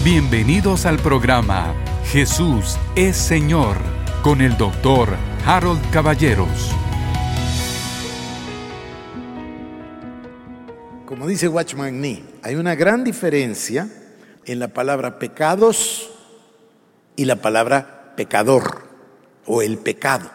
Bienvenidos al programa Jesús es Señor con el Dr. Harold Caballeros. Como dice Watchman Nee, hay una gran diferencia en la palabra pecados y la palabra pecador o el pecado.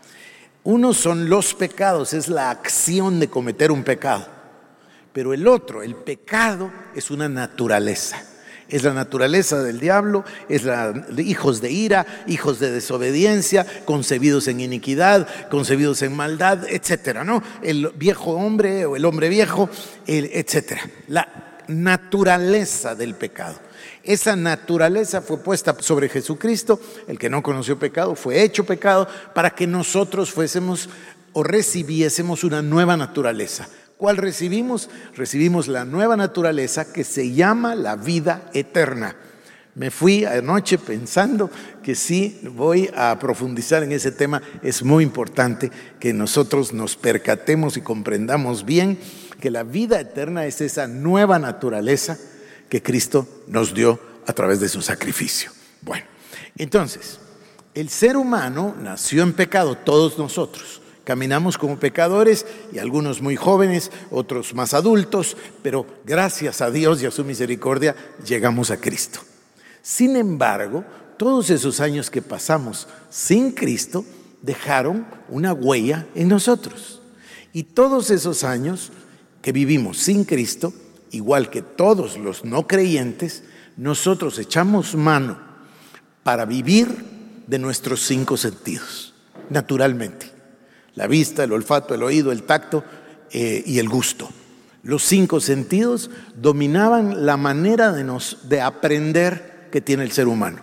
Uno son los pecados, es la acción de cometer un pecado. Pero el otro, el pecado, es una naturaleza. Es la naturaleza del diablo, es hijos de ira, hijos de desobediencia, concebidos en iniquidad, concebidos en maldad, etcétera, ¿no? El viejo hombre o el hombre viejo, etcétera. La naturaleza del pecado. Esa naturaleza fue puesta sobre Jesucristo. El que no conoció pecado fue hecho pecado para que nosotros fuésemos o recibiésemos una nueva naturaleza. ¿Cuál recibimos? Recibimos la nueva naturaleza que se llama la vida eterna. Me fui anoche pensando que sí voy a profundizar en ese tema. Es muy importante que nosotros nos percatemos y comprendamos bien que la vida eterna es esa nueva naturaleza que Cristo nos dio a través de su sacrificio. Bueno, entonces, el ser humano nació en pecado, todos nosotros. Caminamos como pecadores y algunos muy jóvenes, otros más adultos, pero gracias a Dios y a su misericordia llegamos a Cristo. Sin embargo, todos esos años que pasamos sin Cristo dejaron una huella en nosotros. Y todos esos años que vivimos sin Cristo, igual que todos los no creyentes, nosotros echamos mano para vivir de nuestros 5 sentidos, naturalmente. La vista, el olfato, el oído, el tacto y el gusto. Los 5 sentidos dominaban la manera de aprender que tiene el ser humano.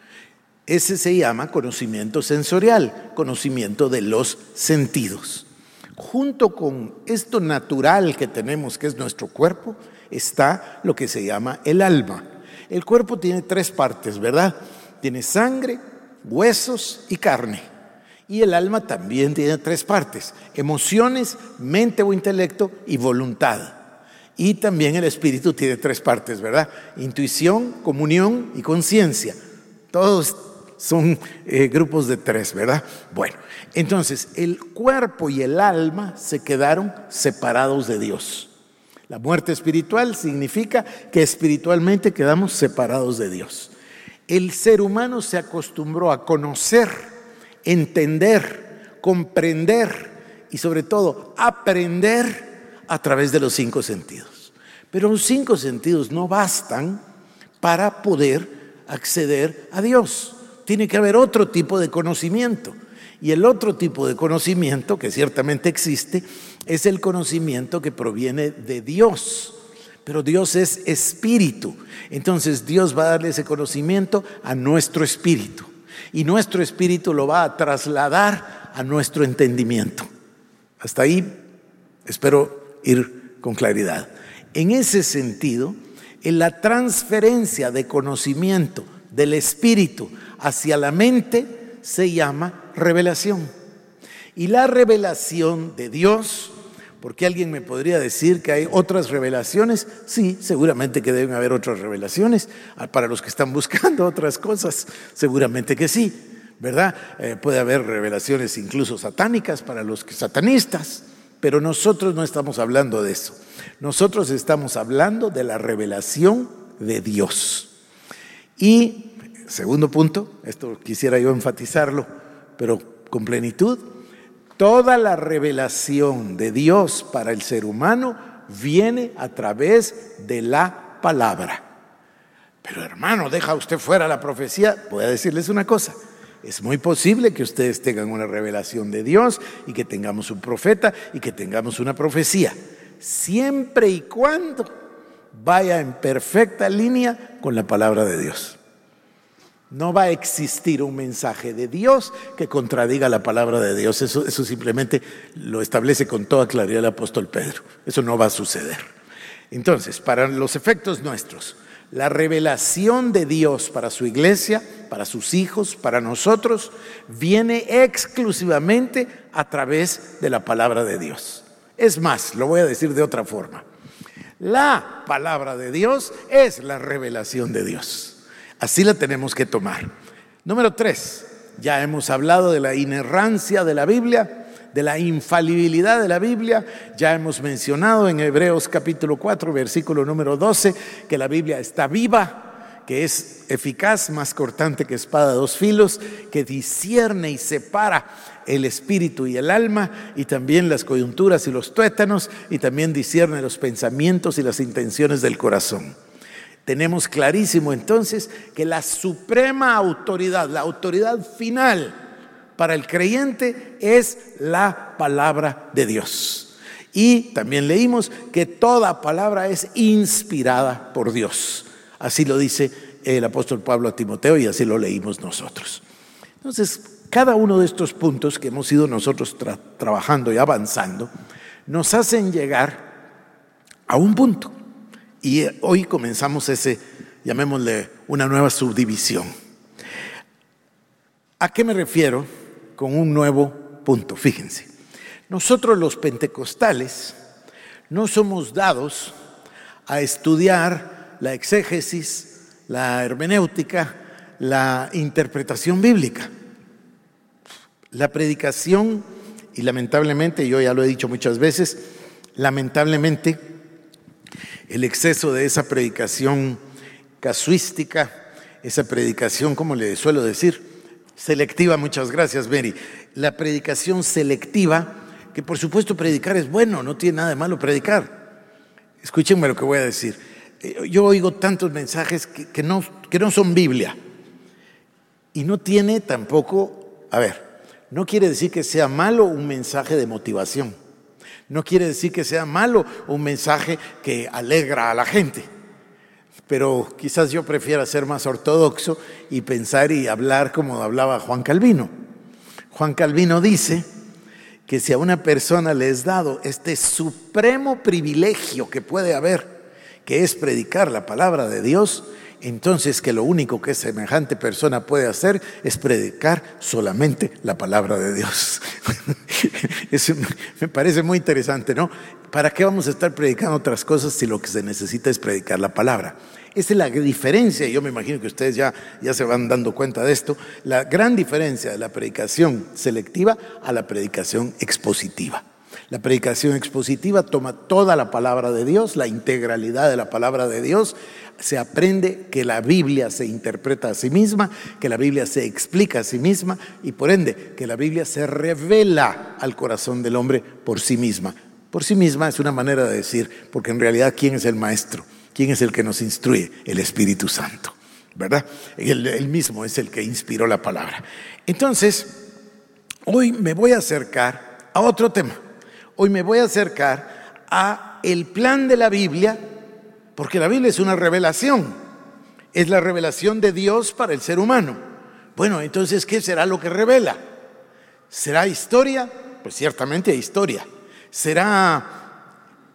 Ese se llama conocimiento sensorial, conocimiento de los sentidos. Junto con esto natural que tenemos, que es nuestro cuerpo, está lo que se llama el alma. El cuerpo tiene 3 partes, ¿verdad? Tiene sangre, huesos y carne. Y el alma también tiene 3 partes: emociones, mente o intelecto y voluntad. Y también el espíritu tiene 3 partes, ¿verdad? Intuición, comunión y conciencia. Todos son grupos de 3, ¿verdad? Bueno, entonces el cuerpo y el alma se quedaron separados de Dios. La muerte espiritual significa que espiritualmente quedamos separados de Dios. El ser humano se acostumbró a conocer, entender, comprender y sobre todo aprender a través de los 5 sentidos. Pero los 5 sentidos no bastan para poder acceder a Dios. Tiene que haber otro tipo de conocimiento. Y el otro tipo de conocimiento que ciertamente existe es el conocimiento que proviene de Dios. Pero Dios es espíritu. Entonces Dios va a darle ese conocimiento a nuestro espíritu. Y nuestro espíritu lo va a trasladar a nuestro entendimiento. Hasta ahí espero ir con claridad. En ese sentido, en la transferencia de conocimiento del espíritu hacia la mente se llama revelación. Y la revelación de Dios, porque alguien me podría decir que hay otras revelaciones. Sí, seguramente que deben haber otras revelaciones. Para los que están buscando otras cosas, seguramente que sí, ¿verdad? Puede haber revelaciones incluso satánicas para los satanistas, pero nosotros no estamos hablando de eso. Nosotros estamos hablando de la revelación de Dios. Y, segundo punto, esto quisiera yo enfatizarlo, pero con plenitud. Toda la revelación de Dios para el ser humano viene a través de la palabra. Pero hermano, ¿deja usted fuera la profecía? Voy a decirles una cosa. Es muy posible que ustedes tengan una revelación de Dios y que tengamos un profeta y que tengamos una profecía, siempre y cuando vaya en perfecta línea con la palabra de Dios. No va a existir un mensaje de Dios que contradiga la palabra de Dios. Eso simplemente lo establece con toda claridad el apóstol Pedro. Eso no va a suceder. Entonces, para los efectos nuestros, la revelación de Dios para su iglesia, para sus hijos, para nosotros, viene exclusivamente a través de la palabra de Dios. Es más, lo voy a decir de otra forma. La palabra de Dios es la revelación de Dios. Así la tenemos que tomar. Número 3, ya hemos hablado de la inerrancia de la Biblia, de la infalibilidad de la Biblia. Ya hemos mencionado en Hebreos capítulo 4, versículo número 12, que la Biblia está viva, que es eficaz, más cortante que espada de dos filos, que discierne y separa el espíritu y el alma, y también las coyunturas y los tuétanos, y también discierne los pensamientos y las intenciones del corazón. Tenemos clarísimo entonces que la suprema autoridad, la autoridad final para el creyente es la palabra de Dios. Y también leímos que toda palabra es inspirada por Dios. Así lo dice el apóstol Pablo a Timoteo y así lo leímos nosotros. Entonces, cada uno de estos puntos que hemos ido nosotros trabajando y avanzando nos hacen llegar a un punto. Y hoy comenzamos llamémosle una nueva subdivisión. ¿A qué me refiero con un nuevo punto? Fíjense, nosotros los pentecostales no somos dados a estudiar la exégesis, la hermenéutica, la interpretación bíblica. La predicación, y lamentablemente, yo ya lo he dicho muchas veces, lamentablemente el exceso de esa predicación casuística, esa predicación, como le suelo decir, selectiva, muchas gracias Mary, la predicación selectiva, que por supuesto predicar es bueno, no tiene nada de malo predicar. Escúchenme lo que voy a decir. Yo oigo tantos mensajes que no son Biblia, y no tiene tampoco, no quiere decir que sea malo un mensaje de motivación, no quiere decir que sea malo un mensaje que alegra a la gente. Pero quizás yo prefiera ser más ortodoxo y pensar y hablar como hablaba Juan Calvino. Juan Calvino dice que si a una persona le es dado este supremo privilegio que puede haber, que es predicar la palabra de Dios, entonces que lo único que semejante persona puede hacer es predicar solamente la palabra de Dios. Eso me parece muy interesante, ¿no? ¿Para qué vamos a estar predicando otras cosas si lo que se necesita es predicar la palabra? Esa es la diferencia, y yo me imagino que ustedes ya se van dando cuenta de esto, la gran diferencia de la predicación selectiva a la predicación expositiva. La predicación expositiva toma toda la palabra de Dios, la integralidad de la palabra de Dios. Se aprende que la Biblia se interpreta a sí misma, que la Biblia se explica a sí misma y por ende que la Biblia se revela al corazón del hombre por sí misma. Por sí misma es una manera de decir, porque en realidad ¿quién es el maestro? ¿Quién es el que nos instruye? El Espíritu Santo, ¿verdad? Él mismo es el que inspiró la palabra. Entonces, hoy me voy a acercar a otro tema. Hoy me voy a acercar a el plan de la Biblia, porque la Biblia es una revelación, es la revelación de Dios para el ser humano. Bueno, entonces, ¿qué será lo que revela? ¿Será historia? Pues ciertamente hay historia. ¿Será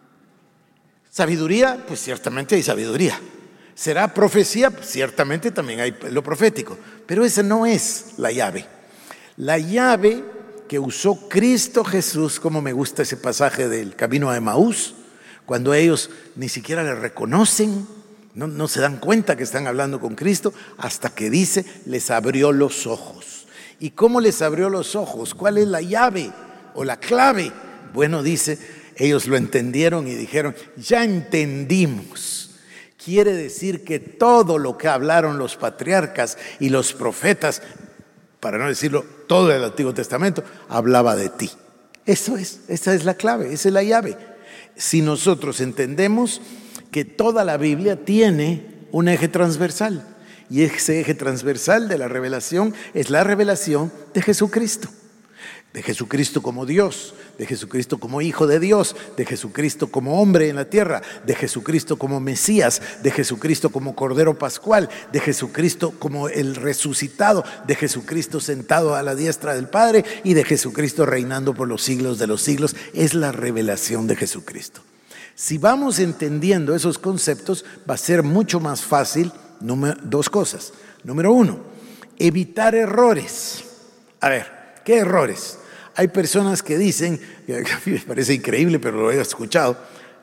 sabiduría? Pues ciertamente hay sabiduría. ¿Será profecía? Pues ciertamente también hay lo profético. Pero esa no es la llave. La llave que usó Cristo Jesús, como me gusta ese pasaje del camino a Emaús, cuando ellos ni siquiera le reconocen, no se dan cuenta que están hablando con Cristo, hasta que dice, les abrió los ojos. ¿Y cómo les abrió los ojos? ¿Cuál es la llave o la clave? Bueno, dice, ellos lo entendieron y dijeron, ya entendimos. Quiere decir que todo lo que hablaron los patriarcas y los profetas, para no decirlo todo el Antiguo Testamento, hablaba de ti. Esa es la clave, esa es la llave. Si nosotros entendemos que toda la Biblia tiene un eje transversal, y ese eje transversal de la revelación es la revelación de Jesucristo. De Jesucristo como Dios, de Jesucristo como Hijo de Dios, de Jesucristo como hombre en la tierra, de Jesucristo como Mesías, de Jesucristo como Cordero Pascual, de Jesucristo como el resucitado, de Jesucristo sentado a la diestra del Padre y de Jesucristo reinando por los siglos de los siglos. Es la revelación de Jesucristo. Si vamos entendiendo esos conceptos, va a ser mucho más fácil dos cosas. Número uno, evitar errores. A ver, ¿qué errores? Hay personas que dicen, me parece increíble, pero lo he escuchado,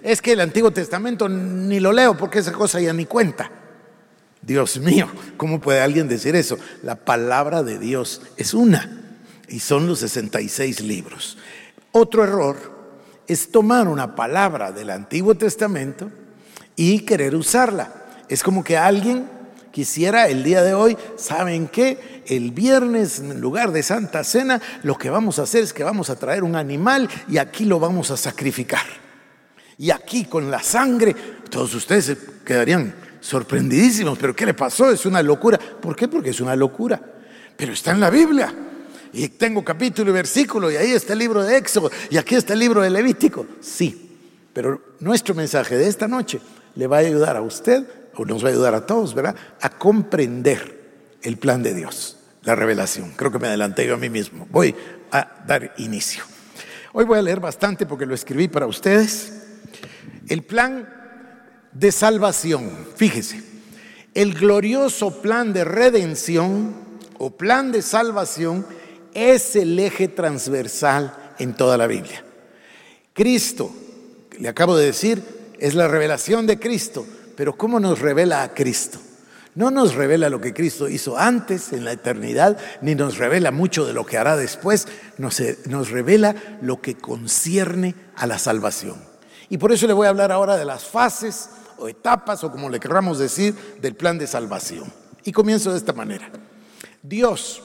Es que el Antiguo Testamento ni lo leo porque esa cosa ya ni cuenta. Dios mío, ¿cómo puede alguien decir eso? La palabra de Dios es una y son los 66 libros. Otro error es tomar una palabra del Antiguo Testamento y querer usarla. Es como que alguien quisiera el día de hoy, ¿saben qué? El viernes, en lugar de Santa Cena, lo que vamos a hacer es que vamos a traer un animal y aquí lo vamos a sacrificar. Y aquí con la sangre, todos ustedes se quedarían sorprendidísimos. ¿Pero qué le pasó? Es una locura. ¿Por qué? Porque es una locura. Pero está en la Biblia. Y tengo capítulo y versículo, y ahí está el libro de Éxodo, y aquí está el libro de Levítico. Sí, pero nuestro mensaje de esta noche le va a ayudar a usted, o nos va a ayudar a todos, ¿verdad?, a comprender el plan de Dios, la revelación. Creo que me adelanté yo a mí mismo. Voy a dar inicio. Hoy voy a leer bastante porque lo escribí para ustedes. El plan de salvación. Fíjese, el glorioso plan de redención o plan de salvación es el eje transversal en toda la Biblia. Cristo, le acabo de decir, es la revelación de Cristo. Pero ¿cómo nos revela a Cristo? No nos revela lo que Cristo hizo antes en la eternidad, ni nos revela mucho de lo que hará después. Nos revela lo que concierne a la salvación. Y por eso le voy a hablar ahora de las fases o etapas, o como le queramos decir, del plan de salvación. Y comienzo de esta manera. Dios,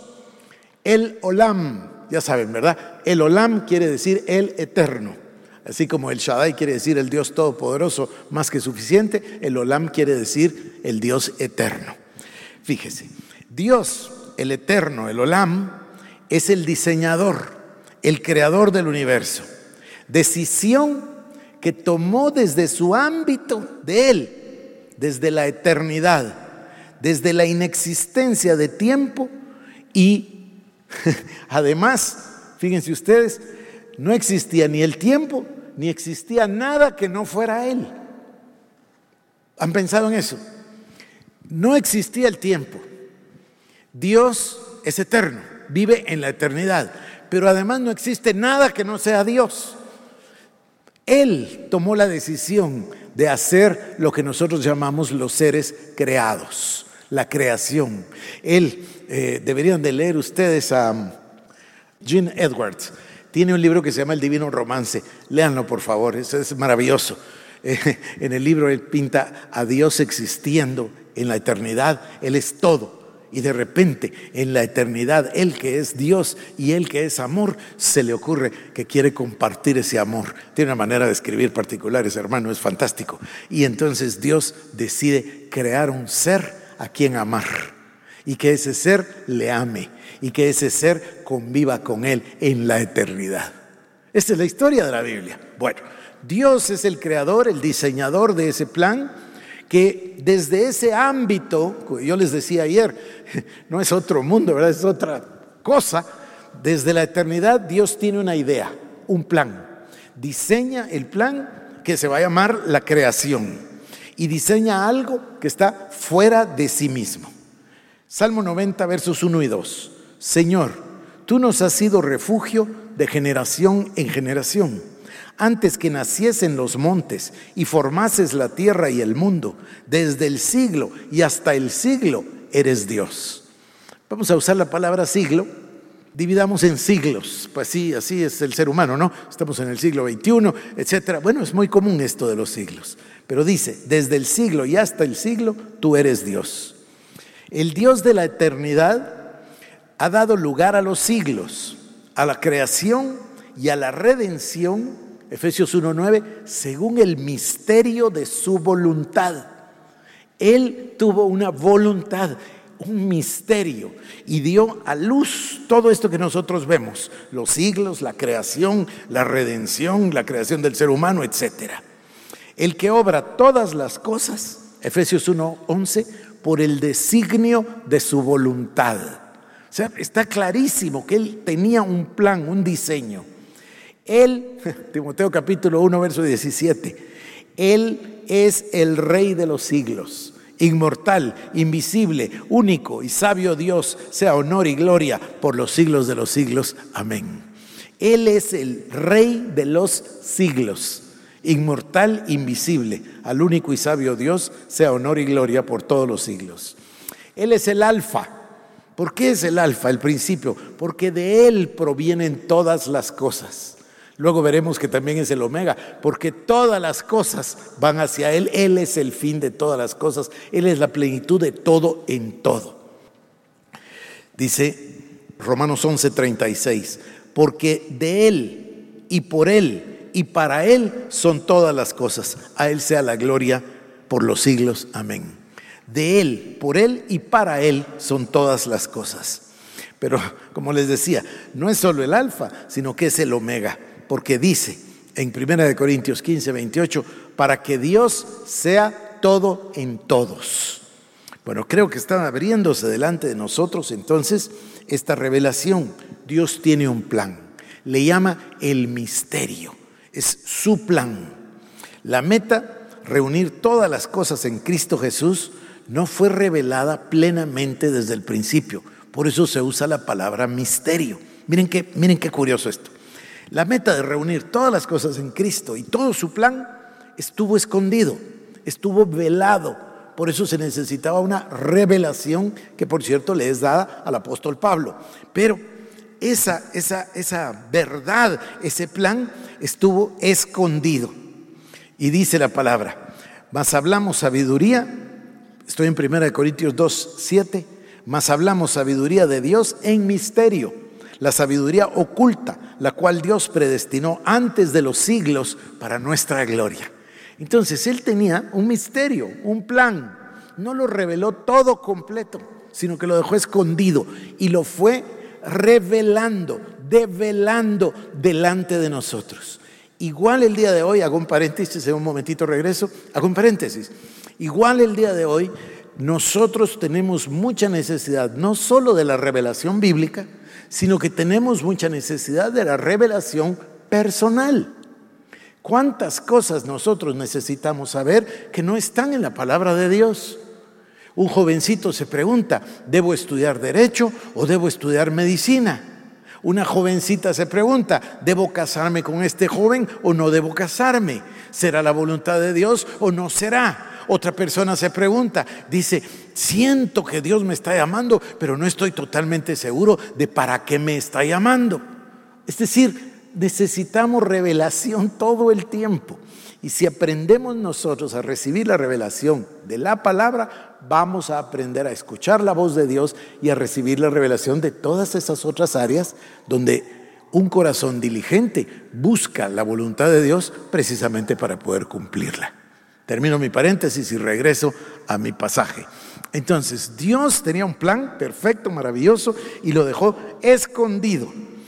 el Olam, ya saben, ¿verdad? El Olam quiere decir el eterno. Así como el Shaddai quiere decir el Dios todopoderoso más que suficiente, el Olam quiere decir el Dios eterno. Fíjese, Dios, el eterno, el Olam, es el diseñador, el creador del universo. Decisión que tomó desde su ámbito de Él, desde la eternidad, desde la inexistencia de tiempo y además, fíjense ustedes, no existía ni el tiempo, ni existía nada que no fuera Él. ¿Han pensado en eso? No existía el tiempo. Dios es eterno, vive en la eternidad, pero además no existe nada que no sea Dios. Él tomó la decisión de hacer lo que nosotros llamamos los seres creados, la creación. Deberían de leer ustedes a Gene Edwards. Tiene un libro que se llama El Divino Romance. Léanlo, por favor, eso es maravilloso. En el libro él pinta a Dios existiendo en la eternidad. Él es todo. Y de repente, en la eternidad, Él que es Dios y Él que es amor, se le ocurre que quiere compartir ese amor. Tiene una manera de escribir particular, ese hermano, es fantástico. Y entonces Dios decide crear un ser a quien amar. Y que ese ser le ame. Y que ese ser conviva con Él en la eternidad. Esta es la historia de la Biblia. Bueno, Dios es el creador, el diseñador de ese plan, que desde ese ámbito, yo les decía ayer, no es otro mundo, ¿verdad? Es otra cosa. Desde la eternidad Dios tiene una idea, un plan. Diseña el plan que se va a llamar la creación y diseña algo que está fuera de sí mismo. Salmo 90, versos 1 y 2. Señor, tú nos has sido refugio de generación en generación. Antes que naciesen los montes y formases la tierra y el mundo, desde el siglo y hasta el siglo eres Dios. Vamos a usar la palabra siglo. Dividamos en siglos. Pues sí, así es el ser humano, ¿no? Estamos en el siglo XXI, etcétera. Bueno, es muy común esto de los siglos. Pero dice, desde el siglo y hasta el siglo, tú eres Dios. El Dios de la eternidad ha dado lugar a los siglos, a la creación y a la redención. Efesios 1:9, según el misterio de su voluntad. Él tuvo una voluntad, un misterio, y dio a luz todo esto que nosotros vemos, los siglos, la creación, la redención, la creación del ser humano, etc. El que obra todas las cosas, Efesios 1:11, por el designio de su voluntad. O sea, está clarísimo que Él tenía un plan, un diseño. Él, Timoteo capítulo 1, verso 17, Él es el Rey de los siglos, inmortal, invisible, único y sabio Dios, sea honor y gloria por los siglos de los siglos. Amén. Él es el Rey de los siglos. inmortal, invisible, al único y sabio Dios, sea honor y gloria por todos los siglos. Él es el alfa. ¿Por qué es el alfa, el principio? Porque de Él provienen todas las cosas. Luego veremos que también es el omega, porque todas las cosas van hacia Él. Él es el fin de todas las cosas. Él es la plenitud de todo en todo. Dice Romanos 11:36, porque de Él y por Él y para Él son todas las cosas. A Él sea la gloria por los siglos. Amén. De Él, por Él y para Él son todas las cosas. Pero como les decía, no es solo el alfa, sino que es el omega. Porque dice en 1 Corintios 15:28, para que Dios sea todo en todos. Bueno, creo que está abriéndose delante de nosotros entonces esta revelación. Dios tiene un plan, le llama el misterio, es su plan. La meta, reunir todas las cosas en Cristo Jesús, no fue revelada plenamente desde el principio. Por eso se usa la palabra misterio. Miren qué curioso esto. La meta de reunir todas las cosas en Cristo y todo su plan estuvo escondido, estuvo velado. Por eso se necesitaba una revelación que, por cierto, le es dada al apóstol Pablo. Pero esa verdad, ese plan estuvo escondido. Y dice la palabra, mas hablamos sabiduría. Estoy en 1 Corintios 2:7, mas hablamos sabiduría de Dios en misterio, la sabiduría oculta, la cual Dios predestinó antes de los siglos para nuestra gloria. Entonces Él tenía un misterio, un plan, no lo reveló todo completo, sino que lo dejó escondido y lo fue revelando, develando delante de nosotros. Igual el día de hoy, hago un paréntesis, en un momentito regreso, hago un paréntesis. Igual el día de hoy, nosotros tenemos mucha necesidad, no solo de la revelación bíblica, sino que tenemos mucha necesidad de la revelación personal. ¿Cuántas cosas nosotros necesitamos saber que no están en la palabra de Dios? Un jovencito se pregunta, ¿debo estudiar derecho o debo estudiar medicina? Una jovencita se pregunta, ¿debo casarme con este joven o no debo casarme? ¿Será la voluntad de Dios o no será? Otra persona se pregunta, dice, siento que Dios me está llamando, pero no estoy totalmente seguro de para qué me está llamando. Es decir, necesitamos revelación todo el tiempo. Y si aprendemos nosotros a recibir la revelación de la palabra, vamos a aprender a escuchar la voz de Dios y a recibir la revelación de todas esas otras áreas donde un corazón diligente busca la voluntad de Dios precisamente para poder cumplirla. Termino mi paréntesis y regreso a mi pasaje. Entonces, Dios tenía un plan perfecto, maravilloso, y lo dejó escondido.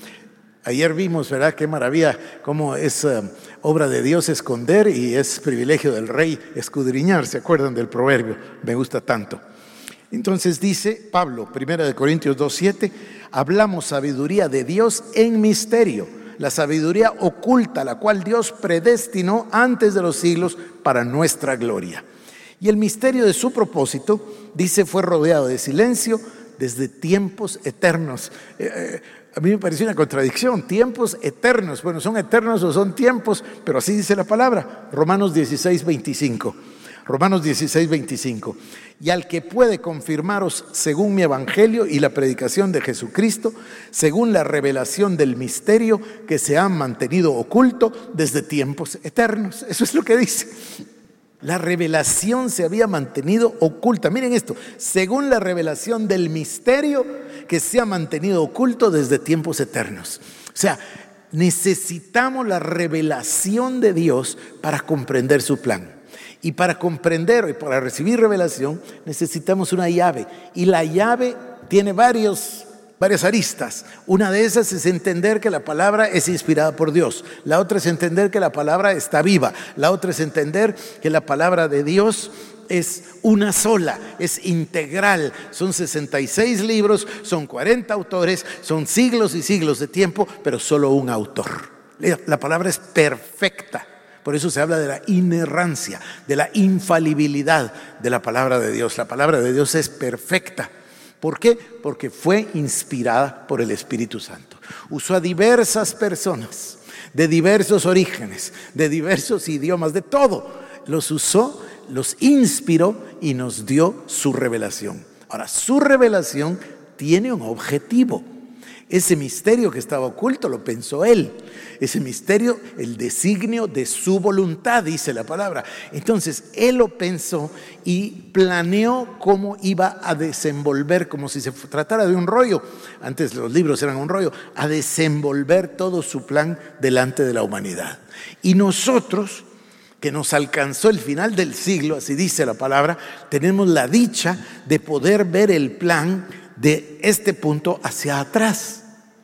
Ayer vimos, ¿verdad? Qué maravilla, cómo es obra de Dios esconder y es privilegio del rey escudriñar. ¿Se acuerdan del proverbio? Me gusta tanto. Entonces dice Pablo, 1 Corintios 2:7, hablamos sabiduría de Dios en misterio, la sabiduría oculta, la cual Dios predestinó antes de los siglos para nuestra gloria. Y el misterio de su propósito, dice, fue rodeado de silencio desde tiempos eternos. A mí me pareció una contradicción, tiempos eternos. Bueno, ¿son eternos o son tiempos? Pero así dice la palabra, Romanos 16:25. Romanos 16:25. Y al que puede confirmaros según mi evangelio y la predicación de Jesucristo, según la revelación del misterio que se ha mantenido oculto desde tiempos eternos. Eso es lo que dice. La revelación se había mantenido oculta. Miren esto, según la revelación del misterio que se ha mantenido oculto desde tiempos eternos. O sea, necesitamos la revelación de Dios para comprender su plan. Y para comprender y para recibir revelación necesitamos una llave. Y la llave tiene varias aristas. Una de esas es entender que la palabra es inspirada por Dios. La otra es entender que la palabra está viva. La otra es entender que la palabra de Dios es una sola, es integral. Son 66 libros, son 40 autores, son siglos y siglos de tiempo, pero solo un autor. La palabra es perfecta. Por eso se habla de la inerrancia, de la infalibilidad de la palabra de Dios. La palabra de Dios es perfecta. ¿Por qué? Porque fue inspirada por el Espíritu Santo. Usó a diversas personas, de diversos orígenes, de diversos idiomas, de todo. Los usó, los inspiró y nos dio su revelación. Ahora, su revelación tiene un objetivo. Ese misterio que estaba oculto lo pensó Él. Ese misterio, el designio de su voluntad, dice la palabra. Entonces, Él lo pensó y planeó cómo iba a desenvolver, como si se tratara de un rollo. Antes los libros eran un rollo, a desenvolver todo su plan delante de la humanidad. Y nosotros, que nos alcanzó el final del siglo, así dice la palabra, tenemos la dicha de poder ver el plan de este punto hacia atrás.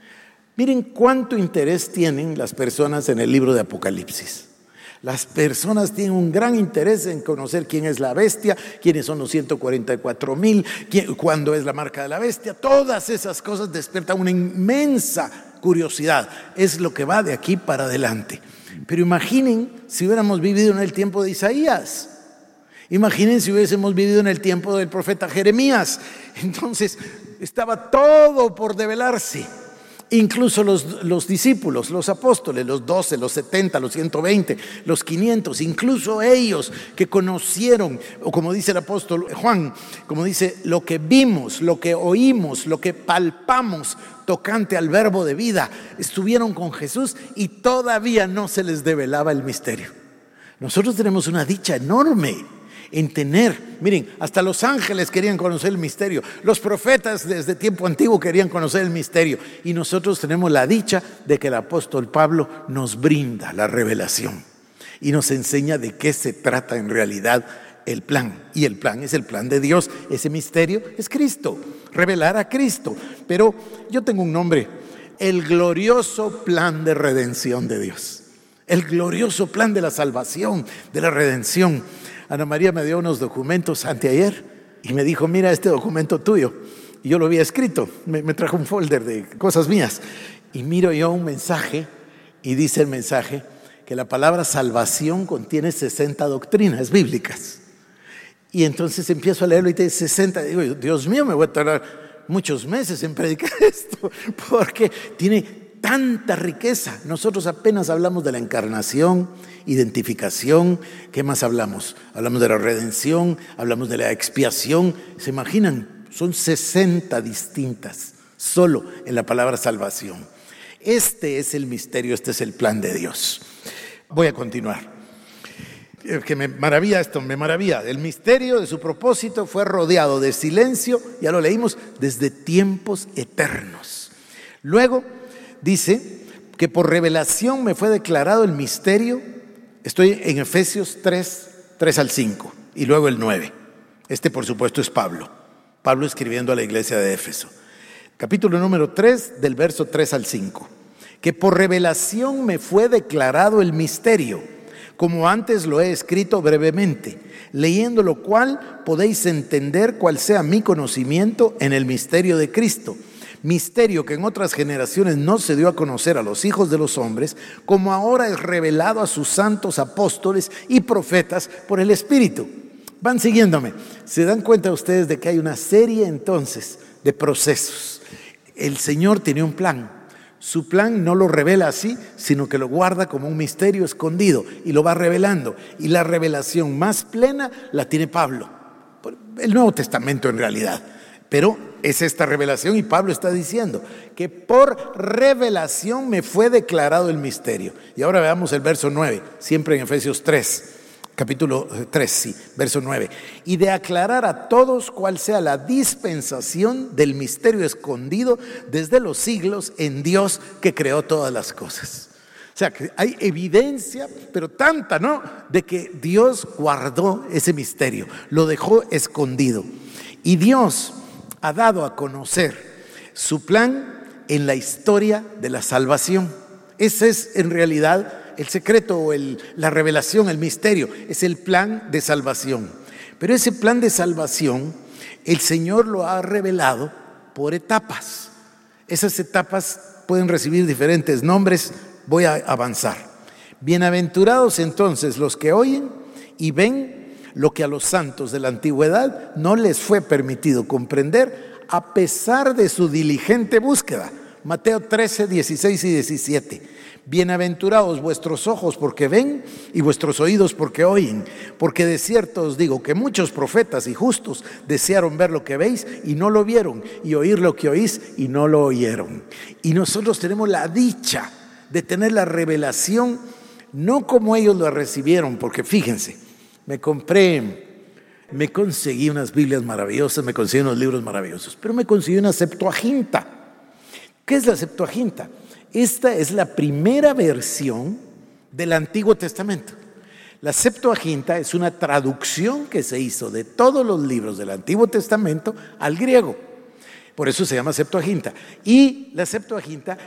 Miren cuánto interés tienen las personas en el libro de Apocalipsis. Las personas tienen un gran interés en conocer quién es la bestia, quiénes son los 144,000, cuándo es la marca de la bestia. Todas esas cosas despiertan una inmensa curiosidad. Es lo que va de aquí para adelante. Pero imaginen si hubiéramos vivido en el tiempo de Isaías. Imaginen si hubiésemos vivido en el tiempo del profeta Jeremías. Entonces estaba todo por develarse. Incluso los discípulos, los apóstoles, los 12, los 70, los 120, los 500, incluso ellos que conocieron, o como dice el apóstol Juan, como dice, lo que vimos, lo que oímos, lo que palpamos tocante al verbo de vida, estuvieron con Jesús y todavía no se les develaba el misterio. Nosotros tenemos una dicha enorme en tener, miren, hasta los ángeles querían conocer el misterio, los profetas desde tiempo antiguo querían conocer el misterio, y nosotros tenemos la dicha de que el apóstol Pablo nos brinda la revelación y nos enseña de qué se trata en realidad el plan. Y el plan es el plan de Dios. Ese misterio es Cristo, revelar a Cristo. Pero yo tengo un nombre: el glorioso plan de redención de Dios, el glorioso plan de la salvación, de la redención. Ana María me dio unos documentos anteayer y me dijo: mira este documento tuyo. Y yo lo había escrito, me trajo un folder de cosas mías. Y miro yo un mensaje y dice el mensaje que la palabra salvación contiene 60 doctrinas bíblicas. Y entonces empiezo a leerlo y dice 60. Digo, Dios mío, me voy a tardar muchos meses en predicar esto porque tiene tanta riqueza. Nosotros apenas hablamos de la encarnación, identificación. ¿Qué más hablamos? Hablamos de la redención, hablamos de la expiación. ¿Se imaginan? Son 60 distintas solo en la palabra salvación. Este es el misterio, este es el plan de Dios. Voy a continuar. Que me maravilla esto, me maravilla. El misterio de su propósito fue rodeado de silencio, ya lo leímos, desde tiempos eternos. Luego dice que por revelación me fue declarado el misterio. Estoy en Efesios 3 al 5 y luego el 9. Este por supuesto es Pablo escribiendo a la iglesia de Éfeso. Capítulo número 3 del verso 3 al 5. Que por revelación me fue declarado el misterio, como antes lo he escrito brevemente, leyendo lo cual podéis entender cuál sea mi conocimiento en el misterio de Cristo. Misterio que en otras generaciones no se dio a conocer a los hijos de los hombres, como ahora es revelado a sus santos apóstoles y profetas por el Espíritu. Van siguiéndome. ¿Se dan cuenta ustedes de que hay una serie entonces de procesos? El Señor tiene un plan. Su plan no lo revela así, sino que lo guarda como un misterio escondido y lo va revelando. Y la revelación más plena la tiene Pablo. El Nuevo Testamento en realidad. Pero es esta revelación y Pablo está diciendo que por revelación me fue declarado el misterio. Y ahora veamos el verso 9, siempre en Efesios 3, capítulo 3, sí, verso 9. Y de aclarar a todos cuál sea la dispensación del misterio escondido desde los siglos en Dios que creó todas las cosas. O sea, que hay evidencia, pero tanta, ¿no?, de que Dios guardó ese misterio, lo dejó escondido. Y Dios ha dado a conocer su plan en la historia de la salvación. Ese es en realidad el secreto o la revelación, el misterio, es el plan de salvación. Pero ese plan de salvación, el Señor lo ha revelado por etapas. Esas etapas pueden recibir diferentes nombres, voy a avanzar. Bienaventurados entonces los que oyen y ven lo que a los santos de la antigüedad no les fue permitido comprender a pesar de su diligente búsqueda. Mateo 13, 16 y 17. Bienaventurados vuestros ojos porque ven y vuestros oídos porque oyen, porque de cierto os digo que muchos profetas y justos desearon ver lo que veis y no lo vieron, y oír lo que oís y no lo oyeron. Y nosotros tenemos la dicha de tener la revelación, no como ellos lo recibieron, porque fíjense, me conseguí unas Biblias maravillosas, me conseguí unos libros maravillosos, pero me conseguí una Septuaginta. ¿Qué es la Septuaginta? Esta es la primera versión del Antiguo Testamento. La Septuaginta es una traducción que se hizo de todos los libros del Antiguo Testamento al griego. Por eso se llama Septuaginta. Y la Septuaginta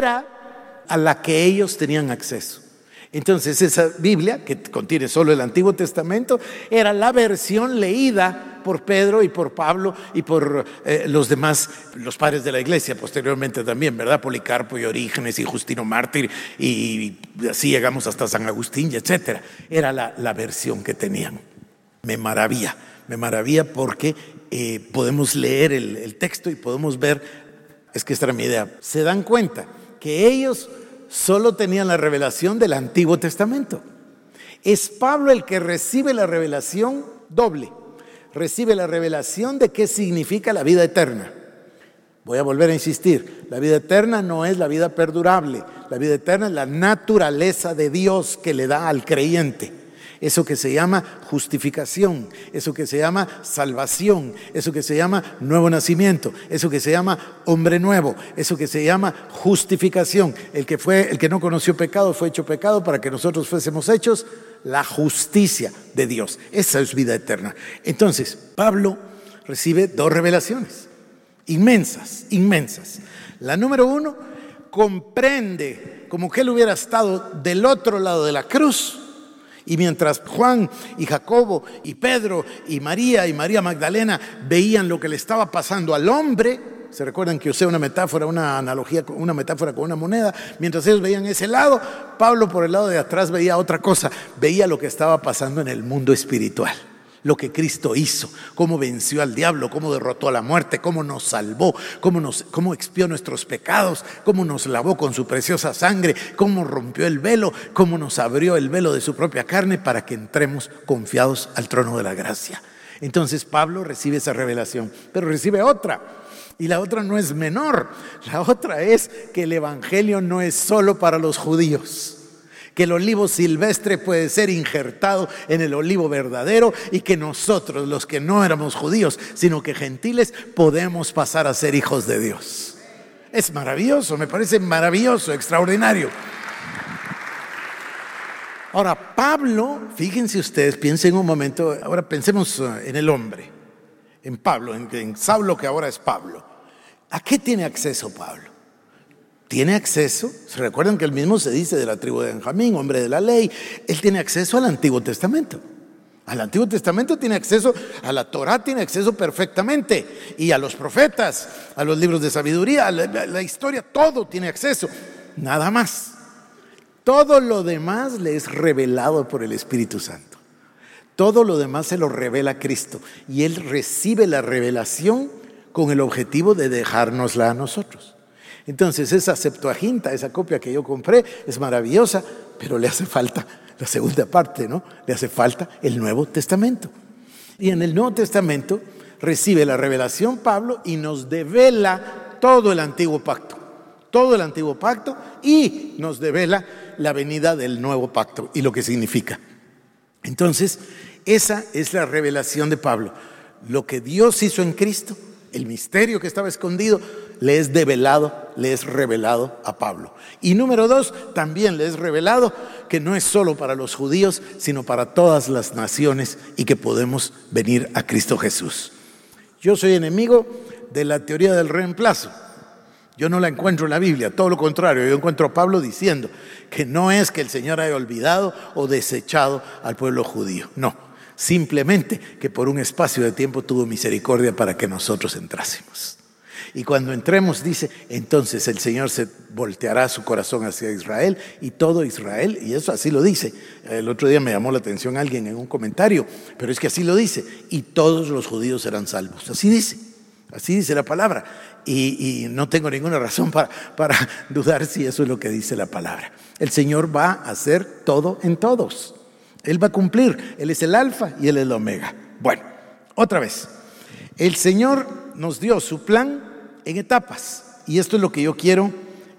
era a la que ellos tenían acceso. Entonces esa Biblia, que contiene solo el Antiguo Testamento, era la versión leída por Pedro y por Pablo y por los demás, los padres de la iglesia posteriormente también, ¿verdad? Policarpo y Orígenes y Justino Mártir, y así llegamos hasta San Agustín, etc. Era la versión que tenían. Me maravilla porque podemos leer el texto y podemos ver, es que esta era mi idea, se dan cuenta que ellos solo tenían la revelación del Antiguo Testamento. Es Pablo el que recibe la revelación doble. Recibe la revelación de qué significa la vida eterna. Voy a volver a insistir, la vida eterna no es la vida perdurable. La vida eterna es la naturaleza de Dios que le da al creyente. Eso que se llama justificación, eso que se llama salvación, eso que se llama nuevo nacimiento, eso que se llama hombre nuevo, eso que se llama justificación. El que no conoció pecado fue hecho pecado para que nosotros fuésemos hechos la justicia de Dios. Esa es vida eterna. Entonces, Pablo recibe dos revelaciones inmensas. La número uno, comprende como que él hubiera estado del otro lado de la cruz. Y mientras Juan y Jacobo y Pedro y María Magdalena veían lo que le estaba pasando al hombre, ¿se recuerdan que usé una metáfora, una analogía, una metáfora con una moneda? Mientras ellos veían ese lado, Pablo por el lado de atrás veía otra cosa, veía lo que estaba pasando en el mundo espiritual. Lo que Cristo hizo, cómo venció al diablo, cómo derrotó a la muerte, cómo nos salvó, cómo expió nuestros pecados, cómo nos lavó con su preciosa sangre, cómo rompió el velo, cómo nos abrió el velo de su propia carne para que entremos confiados al trono de la gracia. Entonces Pablo recibe esa revelación, pero recibe otra. Y la otra no es menor. La otra es que el evangelio no es solo para los judíos, que el olivo silvestre puede ser injertado en el olivo verdadero y que nosotros, los que no éramos judíos, sino que gentiles, podemos pasar a ser hijos de Dios. Es maravilloso, me parece maravilloso, extraordinario. Ahora, Pablo, fíjense ustedes, piensen un momento, ahora pensemos en el hombre, en Pablo, en Saulo, que ahora es Pablo. ¿A qué tiene acceso Pablo? Tiene acceso, se recuerdan que él mismo se dice de la tribu de Benjamín, hombre de la ley. Él tiene acceso al Antiguo Testamento. Al Antiguo Testamento tiene acceso, a la Torá tiene acceso perfectamente, y a los profetas, a los libros de sabiduría, a la historia, todo tiene acceso. Nada más. Todo lo demás le es revelado por el Espíritu Santo. Todo lo demás se lo revela Cristo, y él recibe la revelación con el objetivo de dejárnosla a nosotros. Entonces esa Septuaginta, esa copia que yo compré, es maravillosa, pero le hace falta la segunda parte, ¿no? Le hace falta el Nuevo Testamento. Y en el Nuevo Testamento recibe la revelación Pablo y nos devela todo el Antiguo Pacto. Todo el Antiguo Pacto, y nos devela la venida del Nuevo Pacto y lo que significa. Entonces, esa es la revelación de Pablo. Lo que Dios hizo en Cristo, el misterio que estaba escondido, le es develado, le es revelado a Pablo. Y número dos, también le es revelado que no es solo para los judíos, sino para todas las naciones, y que podemos venir a Cristo Jesús. Yo soy enemigo de la teoría del reemplazo. Yo no la encuentro en la Biblia, todo lo contrario. Yo encuentro a Pablo diciendo que no es que el Señor haya olvidado o desechado al pueblo judío. No, simplemente que por un espacio de tiempo tuvo misericordia para que nosotros entrásemos. Y cuando entremos, dice, entonces el Señor se volteará su corazón hacia Israel, y todo Israel, y eso así lo dice. El otro día me llamó la atención alguien en un comentario, pero es que así lo dice, y todos los judíos serán salvos. Así dice. Así dice la palabra. Y no tengo ninguna razón para dudar si eso es lo que dice la palabra. El Señor va a hacer todo en todos. Él va a cumplir. Él es el alfa y Él es el omega. Bueno, otra vez. El Señor nos dio su plan en etapas. Y esto es lo que yo quiero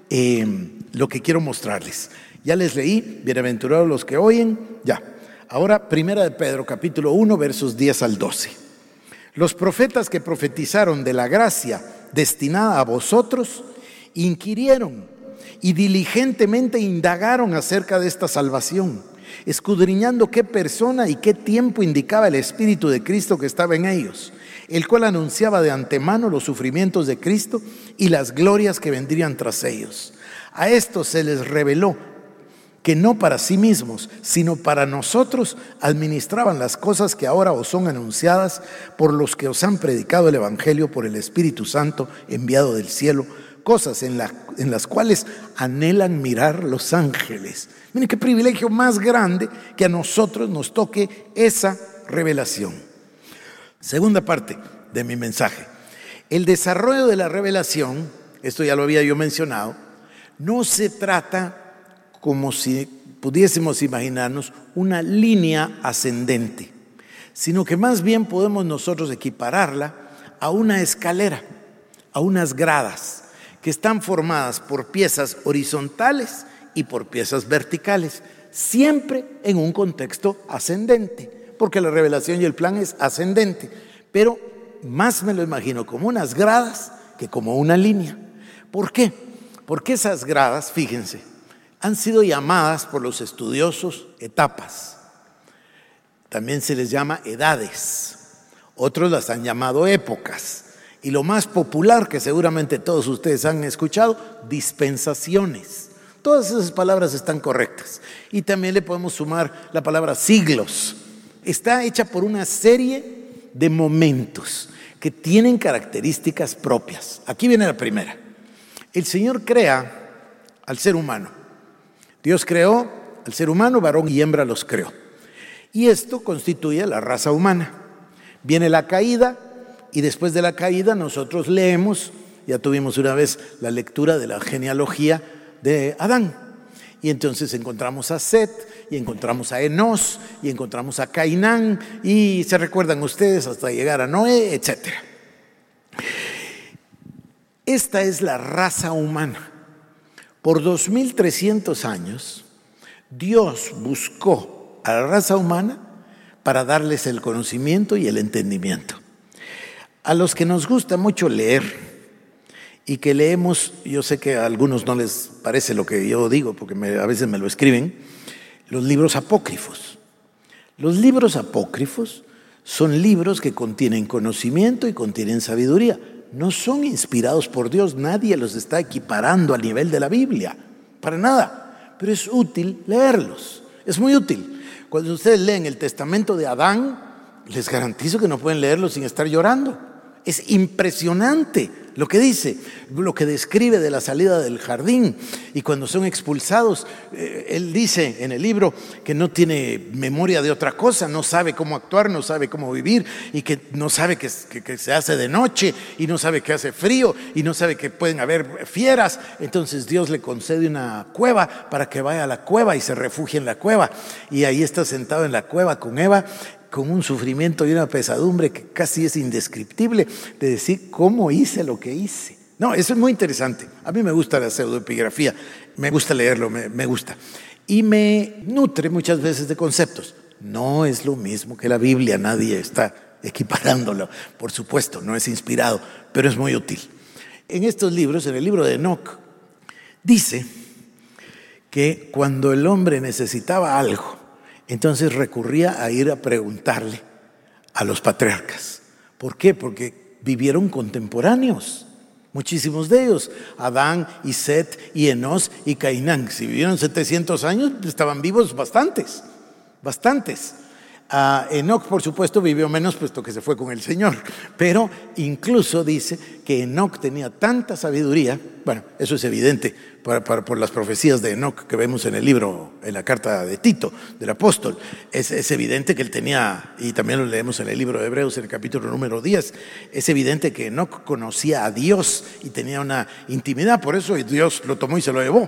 mostrarles. Ya les leí, bienaventurados los que oyen, ya. Ahora, Primera de Pedro, capítulo 1, versos 10 al 12. Los profetas que profetizaron de la gracia destinada a vosotros, inquirieron y diligentemente indagaron acerca de esta salvación, escudriñando qué persona y qué tiempo indicaba el Espíritu de Cristo que estaba en ellos, el cual anunciaba de antemano los sufrimientos de Cristo y las glorias que vendrían tras ellos. A estos se les reveló que no para sí mismos, sino para nosotros administraban las cosas que ahora os son anunciadas por los que os han predicado el Evangelio por el Espíritu Santo enviado del cielo, cosas en las cuales anhelan mirar los ángeles. Miren qué privilegio más grande que a nosotros nos toque esa revelación. Segunda parte de mi mensaje. El desarrollo de la revelación, esto ya lo había yo mencionado, no se trata como si pudiésemos imaginarnos una línea ascendente, sino que más bien podemos nosotros equipararla a una escalera, a unas gradas que están formadas por piezas horizontales y por piezas verticales, siempre en un contexto ascendente, porque la revelación y el plan es ascendente, pero más me lo imagino como unas gradas que como una línea. ¿Por qué? Porque esas gradas, fíjense, han sido llamadas por los estudiosos etapas. También se les llama edades. Otros las han llamado épocas. Y lo más popular que seguramente todos ustedes han escuchado, dispensaciones. Todas esas palabras están correctas. Y también le podemos sumar la palabra siglos. Está hecha por una serie de momentos que tienen características propias. Aquí viene la primera. El Señor crea al ser humano. Dios creó al ser humano, varón y hembra los creó. Y esto constituye la raza humana. Viene la caída y después de la caída nosotros leemos, ya tuvimos una vez la lectura de la genealogía de Adán. Y entonces encontramos a Set y encontramos a Enos y encontramos a Cainán y se recuerdan ustedes hasta llegar a Noé, etc. Esta es la raza humana. Por 2300 años, Dios buscó a la raza humana para darles el conocimiento y el entendimiento. A los que nos gusta mucho leer y que leemos, yo sé que a algunos no les parece lo que yo digo, porque a veces me lo escriben, los libros apócrifos. Los libros apócrifos son libros que contienen conocimiento y contienen sabiduría. No son inspirados por Dios, nadie los está equiparando al nivel de la Biblia, para nada, pero es útil leerlos, es muy útil. Cuando ustedes leen el testamento de Adán, les garantizo que no pueden leerlo sin estar llorando. Es impresionante lo que dice, lo que describe de la salida del jardín y cuando son expulsados. Él dice en el libro que no tiene memoria de otra cosa, no sabe cómo actuar, no sabe cómo vivir y que no sabe que se hace de noche y no sabe que hace frío y no sabe que pueden haber fieras. Entonces Dios le concede una cueva para que vaya a la cueva y se refugie en la cueva, y ahí está sentado en la cueva con Eva, con un sufrimiento y una pesadumbre que casi es indescriptible, de decir cómo hice lo que hice. No, eso es muy interesante. A mí me gusta la pseudoepigrafía, me gusta leerlo, me gusta. Y me nutre muchas veces de conceptos. No es lo mismo que la Biblia, nadie está equiparándolo. Por supuesto, no es inspirado, pero es muy útil. En estos libros, en el libro de Enoc, dice que cuando el hombre necesitaba algo, entonces recurría a ir a preguntarle a los patriarcas. ¿Por qué? Porque vivieron contemporáneos, muchísimos de ellos, Adán y Set y Enos y Cainán. Si vivieron 700 años, estaban vivos bastantes. Enoc, por supuesto, vivió menos puesto que se fue con el Señor, pero incluso dice que Enoc tenía tanta sabiduría. Bueno, eso es evidente por las profecías de Enoc que vemos en el libro, en la carta de Tito, del apóstol. Es evidente que él tenía, y también lo leemos en el libro de Hebreos, en el capítulo número 10, es evidente que Enoc conocía a Dios y tenía una intimidad, por eso Dios lo tomó y se lo llevó.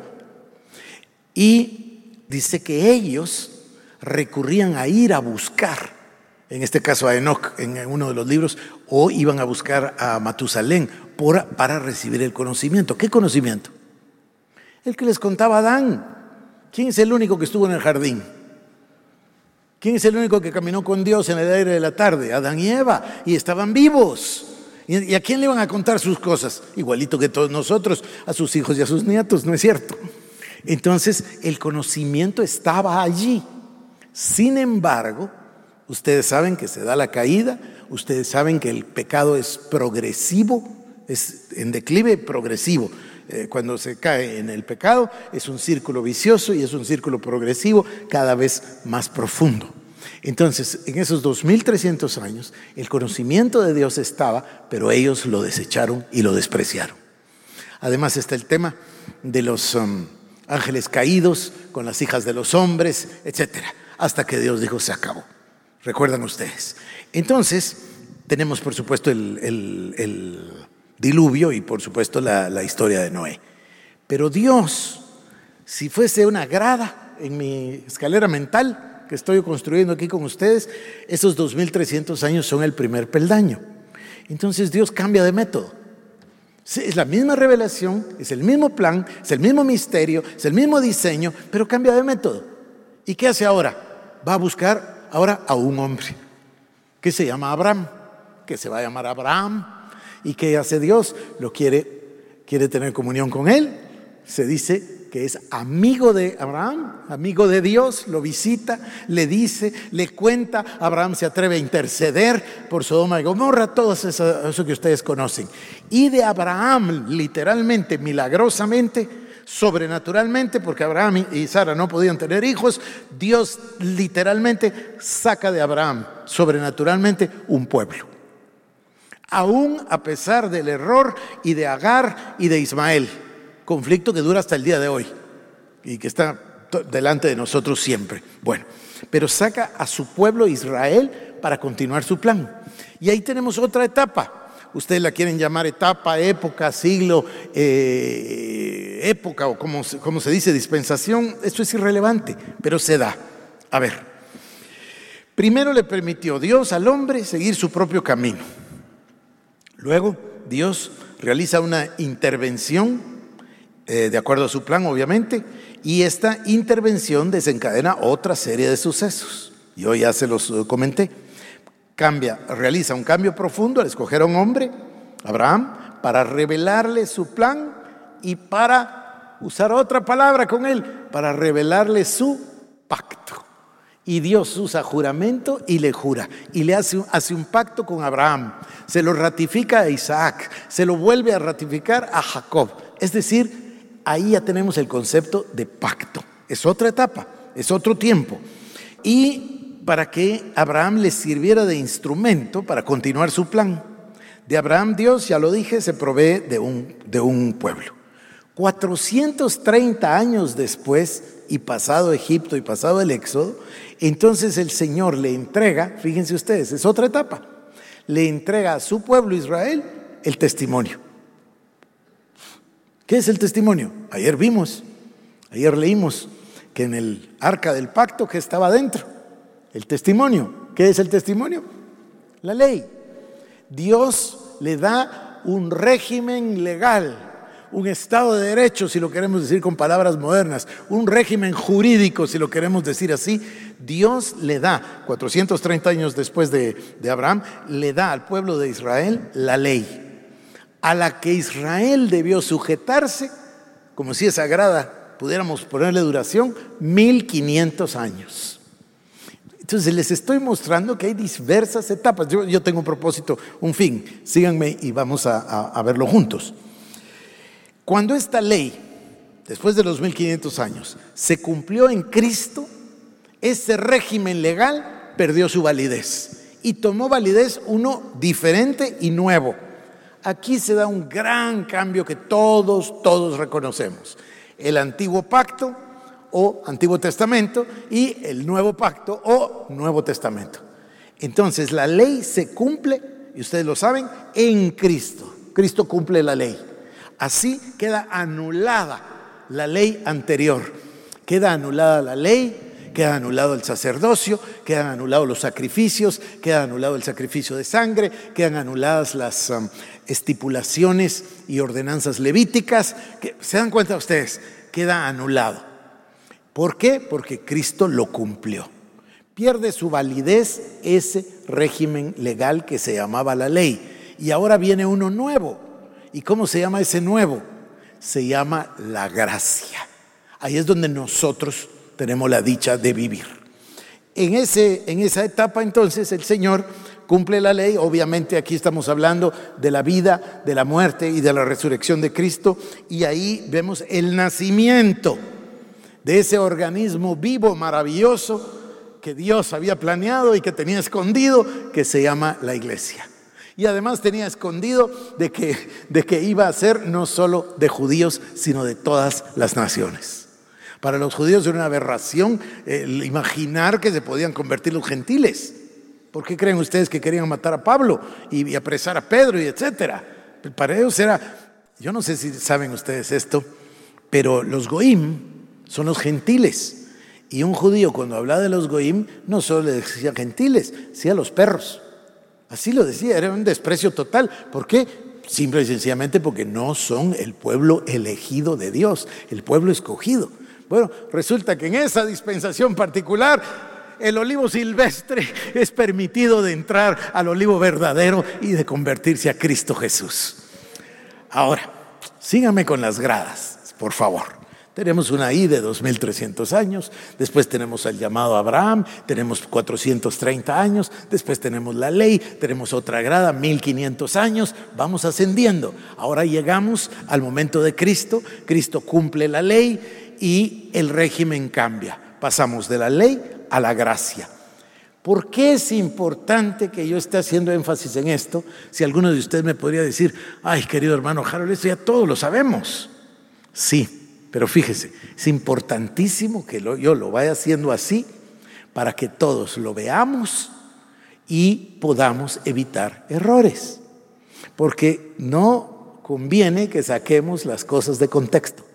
Y dice que ellos recurrían a ir a buscar, en este caso a Enoc, en uno de los libros, o iban a buscar a Matusalén para recibir el conocimiento. ¿Qué conocimiento? El que les contaba Adán. ¿Quién es el único que estuvo en el jardín? ¿Quién es el único que caminó con Dios en el aire de la tarde? Adán y Eva, y estaban vivos. ¿Y a quién le iban a contar sus cosas? Igualito que todos nosotros, a sus hijos y a sus nietos, ¿no es cierto? Entonces, el conocimiento estaba allí. Sin embargo, ustedes saben que se da la caída, ustedes saben que el pecado es progresivo, es en declive progresivo. Cuando se cae en el pecado es un círculo vicioso y es un círculo progresivo cada vez más profundo. Entonces, en esos 2300 años, el conocimiento de Dios estaba, pero ellos lo desecharon y lo despreciaron. Además está el tema de los ángeles caídos con las hijas de los hombres, etcétera. Hasta que Dios dijo, se acabó. ¿Recuerdan ustedes? Entonces, tenemos por supuesto el diluvio y por supuesto la historia de Noé. Pero Dios, si fuese una grada en mi escalera mental que estoy construyendo aquí con ustedes, esos 2300 años son el primer peldaño. Entonces Dios cambia de método. Es la misma revelación, es el mismo plan, es el mismo misterio, es el mismo diseño, pero cambia de método. ¿Y qué hace ahora? Va a buscar ahora a un hombre que se llama Abraham, que se va a llamar Abraham. ¿Y qué hace Dios? Lo quiere tener comunión con él. Se dice que es amigo de Abraham, amigo de Dios, lo visita, le dice, le cuenta. Abraham se atreve a interceder por Sodoma y Gomorra, todo eso que ustedes conocen. Y de Abraham, literalmente, milagrosamente, sobrenaturalmente, porque Abraham y Sara no podían tener hijos, Dios literalmente saca de Abraham sobrenaturalmente un pueblo. Aún a pesar del error y de Agar y de Ismael, conflicto que dura hasta el día de hoy y que está delante de nosotros siempre. Bueno, pero saca a su pueblo Israel para continuar su plan. Y ahí tenemos otra etapa. Ustedes la quieren llamar etapa, época, siglo, época o como se dice, dispensación. Esto es irrelevante, pero se da. A ver, primero le permitió Dios al hombre seguir su propio camino. Luego Dios realiza una intervención de acuerdo a su plan, obviamente, y esta intervención desencadena otra serie de sucesos. Yo ya se los comenté. Realiza un cambio profundo al escoger a un hombre, Abraham, para revelarle su plan y para usar otra palabra con él, para revelarle su pacto. Y Dios usa juramento y le jura, y le hace un pacto con Abraham, se lo ratifica a Isaac, se lo vuelve a ratificar a Jacob. Es decir, ahí ya tenemos el concepto de pacto. Es otra etapa, es otro tiempo. Y para que Abraham le sirviera de instrumento para continuar su plan. De Abraham Dios, ya lo dije, se provee de un pueblo. 430 años después, y pasado Egipto y pasado el Éxodo, entonces el Señor le entrega, fíjense ustedes, es otra etapa, le entrega a su pueblo Israel el testimonio. ¿Qué es el testimonio? Ayer leímos que en el arca del pacto que estaba dentro, el testimonio. ¿Qué es el testimonio? La ley. Dios le da un régimen legal, un estado de derecho, si lo queremos decir con palabras modernas, un régimen jurídico, si lo queremos decir así. Dios le da, 430 años después de Abraham, le da al pueblo de Israel la ley, a la que Israel debió sujetarse, como si es sagrada, pudiéramos ponerle duración, 1500 años. Entonces les estoy mostrando que hay diversas etapas. Yo tengo un propósito, un fin. Síganme y vamos a verlo juntos. Cuando esta ley, después de los 1500 años, se cumplió en Cristo, ese régimen legal perdió su validez y tomó validez uno diferente y nuevo. Aquí se da un gran cambio que todos reconocemos. El antiguo pacto o Antiguo Testamento y el nuevo pacto o Nuevo Testamento. Entonces la ley se cumple, y ustedes lo saben, en Cristo. Cristo cumple la ley. Así queda anulada la ley anterior. Queda anulada la ley, queda anulado el sacerdocio, quedan anulados los sacrificios, queda anulado el sacrificio de sangre, quedan anuladas las estipulaciones y ordenanzas levíticas. ¿Se dan cuenta ustedes? Queda anulado. ¿Por qué? Porque Cristo lo cumplió. Pierde su validez ese régimen legal que se llamaba la ley. Y ahora viene uno nuevo. ¿Y cómo se llama ese nuevo? Se llama la gracia. Ahí es donde nosotros tenemos la dicha de vivir. En esa etapa entonces el Señor cumple la ley. Obviamente aquí estamos hablando de la vida, de la muerte y de la resurrección de Cristo. Y ahí vemos el nacimiento de ese organismo vivo, maravilloso, que Dios había planeado y que tenía escondido, que se llama la iglesia. Y además tenía escondido de que iba a ser no solo de judíos, sino de todas las naciones. Para los judíos era una aberración el imaginar que se podían convertir los gentiles. ¿Por qué creen ustedes que querían matar a Pablo y apresar a Pedro y etcétera? Para ellos era, yo no sé si saben ustedes esto, pero los goim son los gentiles. Y un judío cuando hablaba de los goim no solo le decía gentiles, decía los perros. Así lo decía, era un desprecio total. ¿Por qué? Simple y sencillamente porque no son el pueblo elegido de Dios, el pueblo escogido. Bueno, resulta que en esa dispensación particular el olivo silvestre es permitido de entrar al olivo verdadero y de convertirse a Cristo Jesús. Ahora, síganme con las gradas, por favor. Tenemos una I de 2300 años, después tenemos el llamado Abraham, tenemos 430 años, después tenemos la ley, tenemos otra grada, 1500 años, vamos ascendiendo. Ahora llegamos al momento de Cristo, Cristo cumple la ley y el régimen cambia. Pasamos de la ley a la gracia. ¿Por qué es importante que yo esté haciendo énfasis en esto? Si alguno de ustedes me podría decir, ay, querido hermano Harold, esto ya todos lo sabemos. Sí. Pero fíjese, es importantísimo que yo lo vaya haciendo así para que todos lo veamos y podamos evitar errores. Porque no conviene que saquemos las cosas de contexto.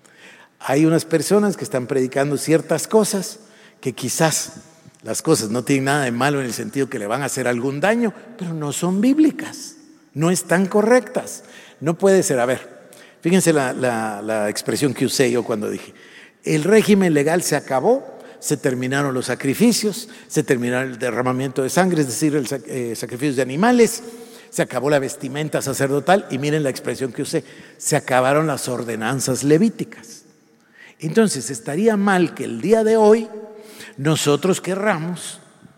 Hay unas personas que están predicando ciertas cosas que quizás las cosas no tienen nada de malo en el sentido que le van a hacer algún daño, pero no son bíblicas, no están correctas. No puede ser, a ver. Fíjense la expresión que usé yo cuando dije, el régimen legal se acabó, se terminaron los sacrificios, se terminó el derramamiento de sangre, es decir, el sacrificios de animales, se acabó la vestimenta sacerdotal y miren la expresión que usé, se acabaron las ordenanzas levíticas. Entonces estaría mal que el día de hoy nosotros querramos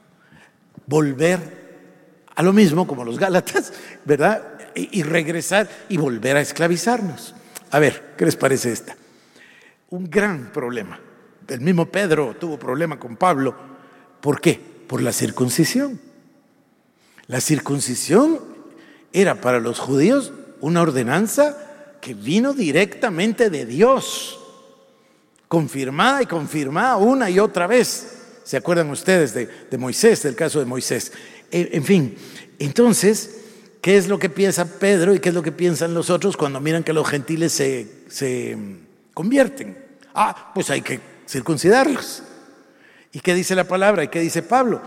volver a lo mismo como los Gálatas, ¿verdad? Y regresar y volver a esclavizarnos. A ver, ¿qué les parece esta? Un gran problema. El mismo Pedro tuvo problema con Pablo. ¿Por qué? Por la circuncisión. La circuncisión era para los judíos una ordenanza que vino directamente de Dios, confirmada y confirmada una y otra vez. ¿Se acuerdan ustedes de Moisés, del caso de Moisés? En fin, entonces, ¿qué es lo que piensa Pedro y qué es lo que piensan los otros cuando miran que los gentiles se convierten? Pues hay que circuncidarlos. ¿Y qué dice la palabra? ¿Y qué dice Pablo?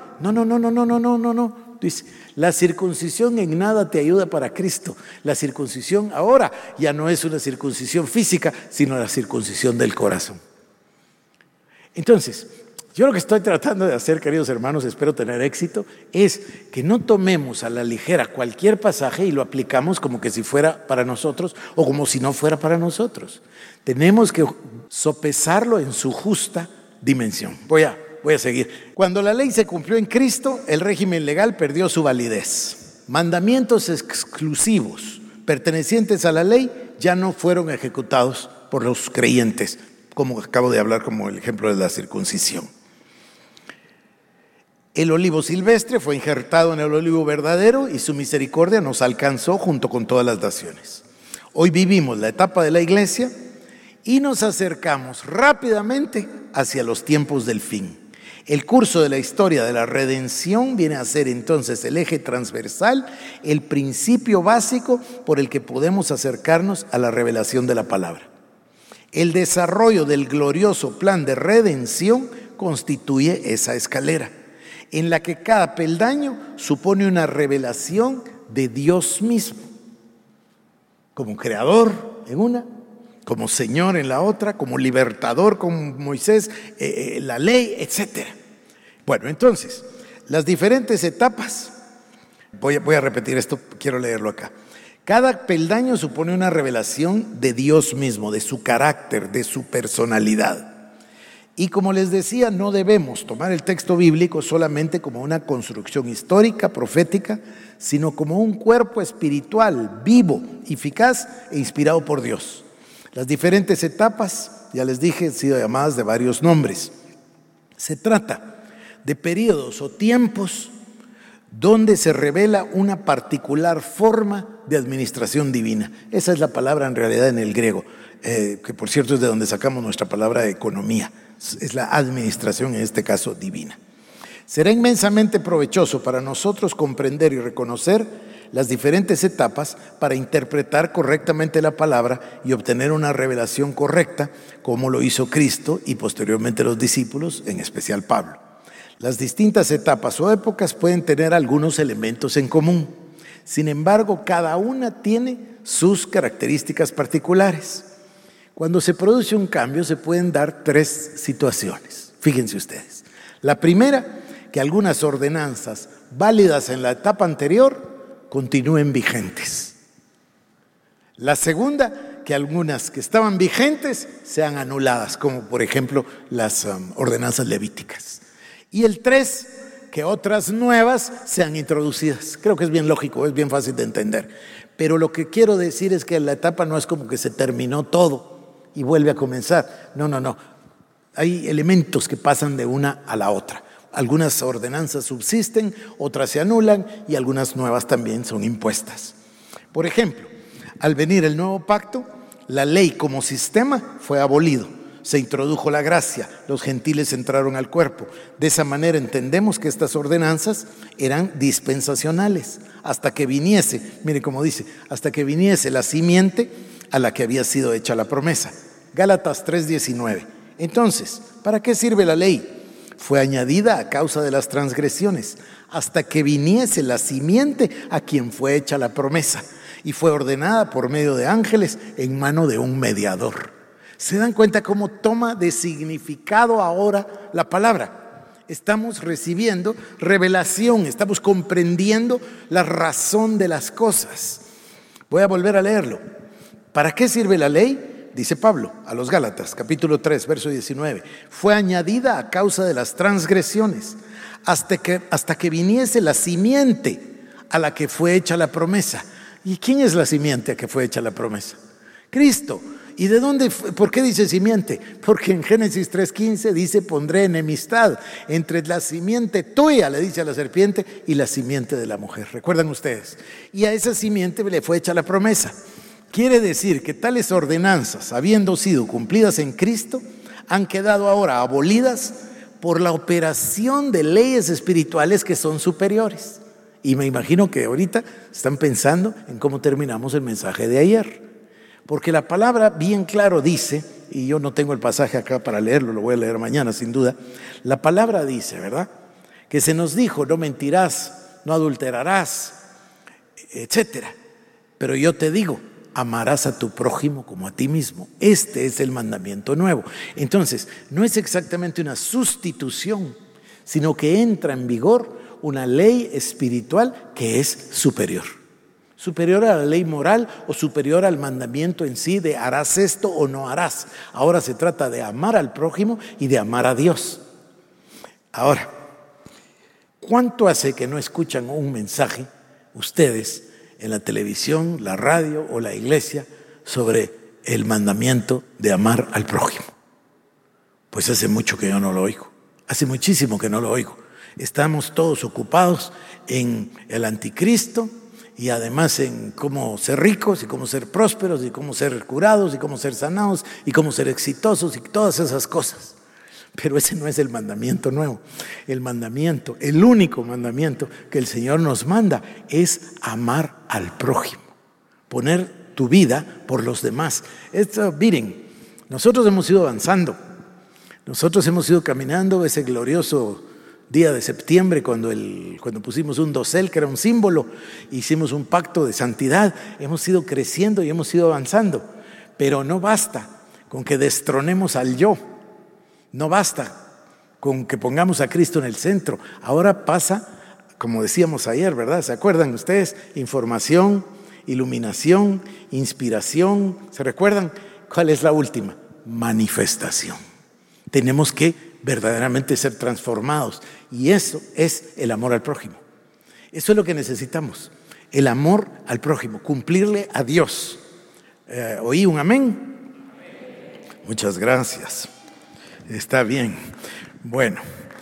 No. Dice, la circuncisión en nada te ayuda para Cristo. La circuncisión ahora ya no es una circuncisión física, sino la circuncisión del corazón. Entonces, yo lo que estoy tratando de hacer, queridos hermanos, espero tener éxito, es que no tomemos a la ligera cualquier pasaje y lo aplicamos como que si fuera para nosotros o como si no fuera para nosotros. Tenemos que sopesarlo en su justa dimensión. Voy a seguir. Cuando la ley se cumplió en Cristo, el régimen legal perdió su validez. Mandamientos exclusivos pertenecientes a la ley ya no fueron ejecutados por los creyentes, como acabo de hablar, como el ejemplo de la circuncisión. El olivo silvestre fue injertado en el olivo verdadero y su misericordia nos alcanzó junto con todas las naciones. Hoy vivimos la etapa de la iglesia y nos acercamos rápidamente hacia los tiempos del fin. El curso de la historia de la redención viene a ser entonces el eje transversal, el principio básico por el que podemos acercarnos a la revelación de la palabra. El desarrollo del glorioso plan de redención constituye esa escalera, en la que cada peldaño supone una revelación de Dios mismo, como creador en una, como Señor en la otra, como libertador con Moisés, la ley, etc. Bueno, entonces, las diferentes etapas, voy a repetir esto, quiero leerlo acá. Cada peldaño supone una revelación de Dios mismo, de su carácter, de su personalidad. Y como les decía, no debemos tomar el texto bíblico solamente como una construcción histórica, profética, sino como un cuerpo espiritual, vivo, eficaz e inspirado por Dios. Las diferentes etapas, ya les dije, han sido llamadas de varios nombres. Se trata de periodos o tiempos donde se revela una particular forma de administración divina. Esa es la palabra en realidad en el griego, que por cierto es de donde sacamos nuestra palabra economía. Es la administración, en este caso divina. Será inmensamente provechoso para nosotros comprender y reconocer las diferentes etapas para interpretar correctamente la palabra y obtener una revelación correcta, como lo hizo Cristo y posteriormente los discípulos, en especial Pablo. Las distintas etapas o épocas pueden tener algunos elementos en común. Sin embargo, cada una tiene sus características particulares. Cuando se produce un cambio se pueden dar tres situaciones. Fíjense ustedes. La primera, que algunas ordenanzas válidas en la etapa anterior continúen vigentes. La segunda, que algunas que estaban vigentes sean anuladas, como por ejemplo las ordenanzas levíticas. Y el tres, que otras nuevas sean introducidas. Creo que es bien lógico, es bien fácil de entender. Pero lo que quiero decir es que la etapa no es como que se terminó todo y vuelve a comenzar. No. Hay elementos que pasan de una a la otra. Algunas ordenanzas subsisten, otras se anulan y algunas nuevas también son impuestas. Por ejemplo, al venir el nuevo pacto, la ley como sistema fue abolido. Se introdujo la gracia, los gentiles entraron al cuerpo. De esa manera entendemos que estas ordenanzas eran dispensacionales hasta que viniese, mire cómo dice, hasta que viniese la simiente a la que había sido hecha la promesa. Gálatas 3:19. Entonces, ¿para qué sirve la ley? Fue añadida a causa de las transgresiones, hasta que viniese la simiente a quien fue hecha la promesa, y fue ordenada por medio de ángeles en mano de un mediador. ¿Se dan cuenta cómo toma de significado ahora la palabra? Estamos recibiendo revelación, estamos comprendiendo la razón de las cosas. Voy a volver a leerlo. ¿Para qué sirve la ley? Dice Pablo a los Gálatas, capítulo 3, verso 19. Fue añadida a causa de las transgresiones, hasta que viniese la simiente a la que fue hecha la promesa. ¿Y quién es la simiente a que fue hecha la promesa? Cristo. ¿Y de dónde? ¿Por qué dice simiente? Porque en Génesis 3:15 dice: pondré enemistad entre la simiente tuya, le dice a la serpiente, y la simiente de la mujer. ¿Recuerdan ustedes? Y a esa simiente le fue hecha la promesa. Quiere decir que tales ordenanzas, habiendo sido cumplidas en Cristo, han quedado ahora abolidas por la operación de leyes espirituales que son superiores. Y me imagino que ahorita están pensando en cómo terminamos el mensaje de ayer. Porque la palabra bien claro dice, y yo no tengo el pasaje acá para leerlo, lo voy a leer mañana sin duda. La palabra dice, ¿verdad?, que se nos dijo: no mentirás, no adulterarás, etcétera. Pero yo te digo: amarás a tu prójimo como a ti mismo. Este es el mandamiento nuevo. Entonces, no es exactamente una sustitución, sino que entra en vigor una ley espiritual que es superior. Superior a la ley moral o superior al mandamiento en sí de harás esto o no harás. Ahora se trata de amar al prójimo y de amar a Dios. Ahora, ¿cuánto hace que no escuchan un mensaje ustedes en la televisión, la radio o la iglesia sobre el mandamiento de amar al prójimo? Pues hace mucho que yo no lo oigo. Hace muchísimo que no lo oigo. Estamos todos ocupados en el anticristo y además en cómo ser ricos y cómo ser prósperos y cómo ser curados y cómo ser sanados y cómo ser exitosos y todas esas cosas. Pero ese no es el mandamiento nuevo. El mandamiento, el único mandamiento que el Señor nos manda es amar al prójimo, poner tu vida por los demás. Miren, nosotros hemos ido avanzando, nosotros hemos ido caminando ese glorioso día de septiembre cuando pusimos un dosel que era un símbolo, hicimos un pacto de santidad, hemos ido creciendo y hemos ido avanzando, pero no basta con que destronemos al yo. No basta con que pongamos a Cristo en el centro. Ahora pasa, como decíamos ayer, ¿verdad? ¿Se acuerdan ustedes? Información, iluminación, inspiración. ¿Se recuerdan? ¿Cuál es la última? Manifestación. Tenemos que verdaderamente ser transformados. Y eso es el amor al prójimo. Eso es lo que necesitamos. El amor al prójimo, cumplirle a Dios. ¿Oí un amén? Muchas gracias. Está bien. Bueno.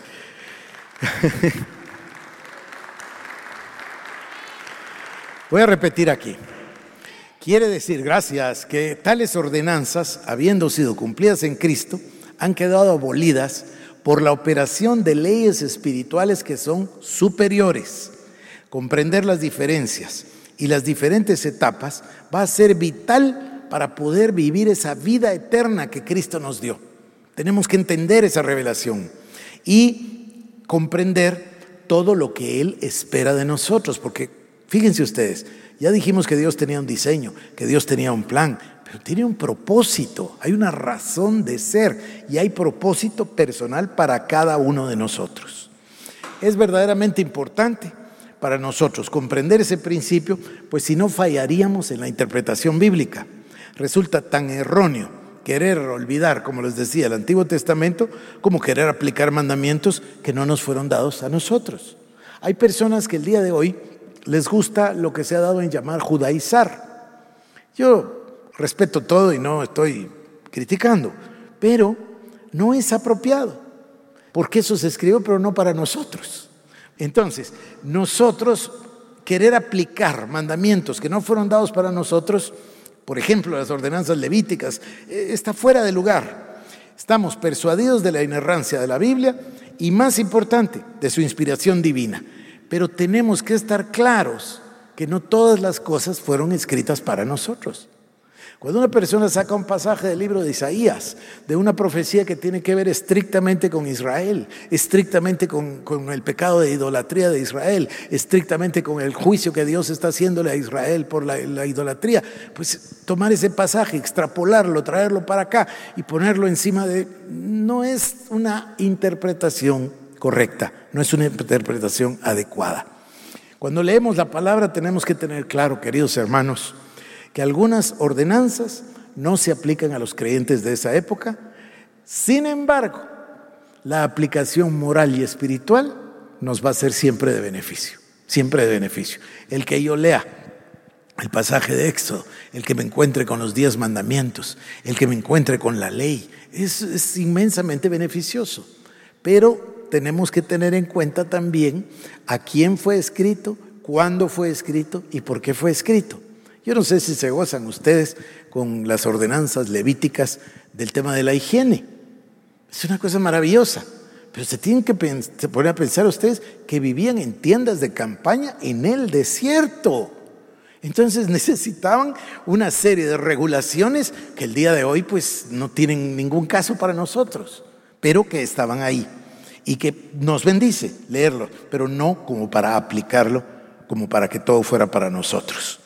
Voy a repetir aquí. Quiere decir, gracias, que tales ordenanzas, habiendo sido cumplidas en Cristo, han quedado abolidas por la operación de leyes espirituales que son superiores. Comprender las diferencias y las diferentes etapas va a ser vital para poder vivir esa vida eterna que Cristo nos dio. Tenemos que entender esa revelación y comprender todo lo que Él espera de nosotros, porque fíjense ustedes, ya dijimos que Dios tenía un diseño, que Dios tenía un plan, pero tiene un propósito, hay una razón de ser y hay propósito personal para cada uno de nosotros. Es verdaderamente importante para nosotros comprender ese principio, pues si no fallaríamos en la interpretación bíblica. Resulta tan erróneo querer olvidar, como les decía, el Antiguo Testamento, como querer aplicar mandamientos que no nos fueron dados a nosotros. Hay personas que el día de hoy les gusta lo que se ha dado en llamar judaizar. Yo respeto todo y no estoy criticando, pero no es apropiado, porque eso se escribió, pero no para nosotros. Entonces, nosotros querer aplicar mandamientos que no fueron dados para nosotros, por ejemplo, las ordenanzas levíticas, está fuera de lugar. Estamos persuadidos de la inerrancia de la Biblia y, más importante, de su inspiración divina. Pero tenemos que estar claros que no todas las cosas fueron escritas para nosotros. Cuando una persona saca un pasaje del libro de Isaías, de una profecía que tiene que ver estrictamente con Israel, estrictamente con el pecado de idolatría de Israel, estrictamente con el juicio que Dios está haciéndole a Israel por la idolatría, pues tomar ese pasaje, extrapolarlo, traerlo para acá y ponerlo encima no es una interpretación correcta, no es una interpretación adecuada. Cuando leemos la palabra tenemos que tener claro, queridos hermanos, que algunas ordenanzas no se aplican a los creyentes de esa época. Sin embargo, la aplicación moral y espiritual nos va a ser siempre de beneficio, siempre de beneficio. El que yo lea el pasaje de Éxodo, el que me encuentre con los 10 mandamientos, el que me encuentre con la ley, es inmensamente beneficioso. Pero tenemos que tener en cuenta también a quién fue escrito, cuándo fue escrito y por qué fue escrito. Yo no sé si se gozan ustedes con las ordenanzas levíticas del tema de la higiene. Es una cosa maravillosa, pero se tienen que poner a pensar ustedes que vivían en tiendas de campaña en el desierto. Entonces necesitaban una serie de regulaciones que el día de hoy pues no tienen ningún caso para nosotros, pero que estaban ahí y que nos bendice leerlo, pero no como para aplicarlo, como para que todo fuera para nosotros.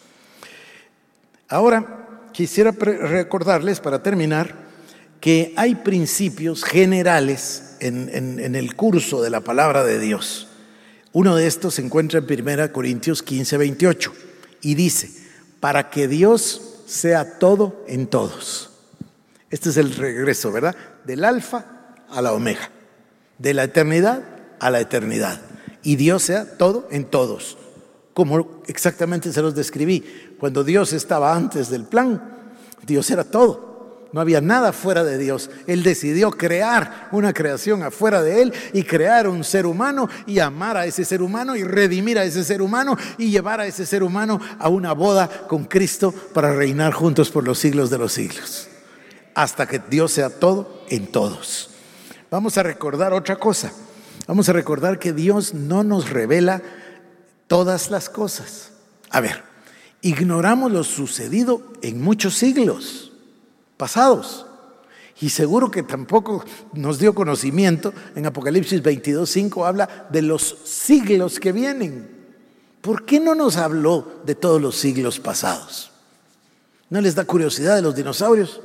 Ahora, quisiera recordarles, para terminar, que hay principios generales en el curso de la palabra de Dios. Uno de estos se encuentra en 1 Corintios 15, 28, y dice, para que Dios sea todo en todos. Este es el regreso, ¿verdad? Del alfa a la omega, de la eternidad a la eternidad. Y Dios sea todo en todos, como exactamente se los describí. Cuando Dios estaba antes del plan, Dios era todo. No había nada fuera de Dios. Él decidió crear una creación afuera de Él y crear un ser humano y amar a ese ser humano y redimir a ese ser humano y llevar a ese ser humano a una boda con Cristo para reinar juntos por los siglos de los siglos. Hasta que Dios sea todo en todos. Vamos a recordar otra cosa. Vamos a recordar que Dios no nos revela todas las cosas. A ver, ignoramos lo sucedido en muchos siglos pasados, y seguro que tampoco nos dio conocimiento. En Apocalipsis 22:5 habla de los siglos que vienen. ¿Por qué no nos habló de todos los siglos pasados? ¿No les da curiosidad de los dinosaurios?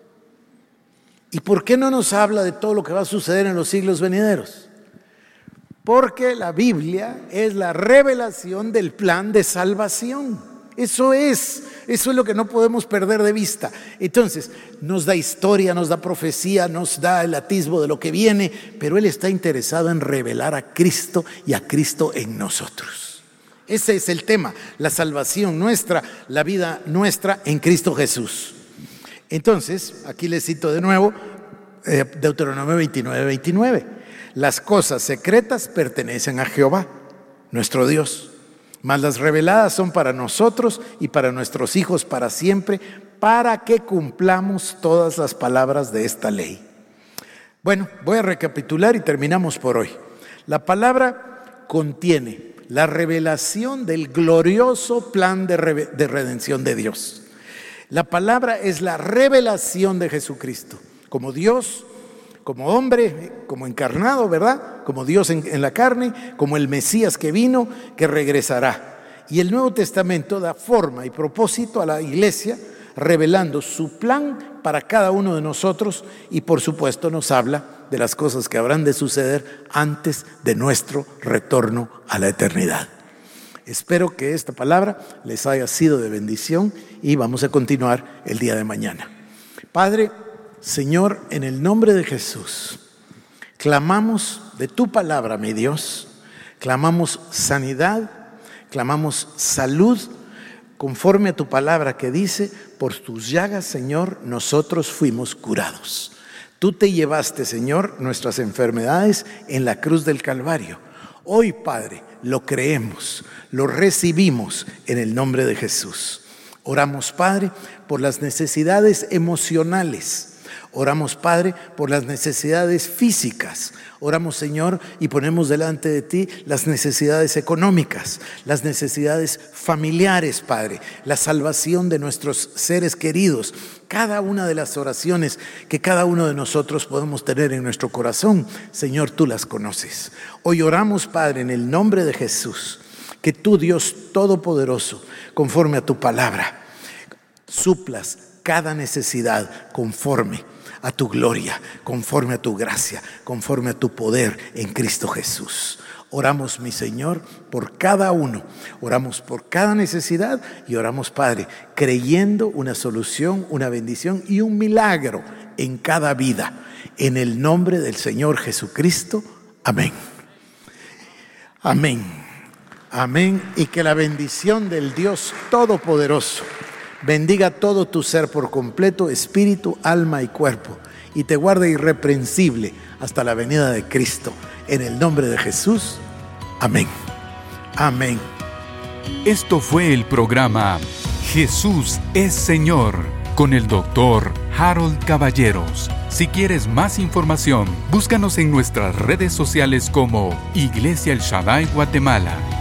¿Y por qué no nos habla de todo lo que va a suceder en los siglos venideros? Porque la Biblia es la revelación del plan de salvación. Eso es lo que no podemos perder de vista. Entonces, nos da historia, nos da profecía, nos da el atisbo de lo que viene, pero Él está interesado en revelar a Cristo y a Cristo en nosotros. Ese es el tema, la salvación nuestra, la vida nuestra en Cristo Jesús. Entonces, aquí les cito de nuevo Deuteronomio 29:29. Las cosas secretas pertenecen a Jehová, nuestro Dios. Mas las reveladas son para nosotros y para nuestros hijos para siempre, para que cumplamos todas las palabras de esta ley. Bueno, voy a recapitular y terminamos por hoy. La palabra contiene la revelación del glorioso plan de redención de Dios. La palabra es la revelación de Jesucristo, como Dios, como hombre, como encarnado, ¿verdad? Como Dios en la carne, como el Mesías que vino, que regresará. Y el Nuevo Testamento da forma y propósito a la iglesia, revelando su plan para cada uno de nosotros y por supuesto nos habla de las cosas que habrán de suceder antes de nuestro retorno a la eternidad. Espero que esta palabra les haya sido de bendición y vamos a continuar el día de mañana. Padre, Señor, en el nombre de Jesús, clamamos de tu palabra, mi Dios, clamamos sanidad, clamamos salud, conforme a tu palabra que dice, por tus llagas, Señor, nosotros fuimos curados. Tú te llevaste, Señor, nuestras enfermedades en la cruz del Calvario. Hoy, Padre, lo creemos, lo recibimos en el nombre de Jesús. Oramos, Padre, por las necesidades emocionales. Oramos, Padre, por las necesidades físicas. Oramos, Señor, y ponemos delante de ti las necesidades económicas, las necesidades familiares, Padre, la salvación de nuestros seres queridos. Cada una de las oraciones que cada uno de nosotros podemos tener en nuestro corazón, Señor, tú las conoces. Hoy oramos, Padre, en el nombre de Jesús, que tú, Dios Todopoderoso, conforme a tu palabra, suplas cada necesidad conforme a tu gloria, conforme a tu gracia, conforme a tu poder en Cristo Jesús. Oramos, mi Señor, por cada uno, oramos por cada necesidad y oramos, Padre, creyendo una solución, una bendición y un milagro en cada vida. En el nombre del Señor Jesucristo. Amén. Amén. Amén. Y que la bendición del Dios Todopoderoso bendiga todo tu ser por completo, espíritu, alma y cuerpo, y te guarde irreprensible hasta la venida de Cristo. En el nombre de Jesús. Amén. Amén. Esto fue el programa Jesús es Señor con el Dr. Harold Caballeros. Si quieres más información, búscanos en nuestras redes sociales como Iglesia El Shaddai Guatemala.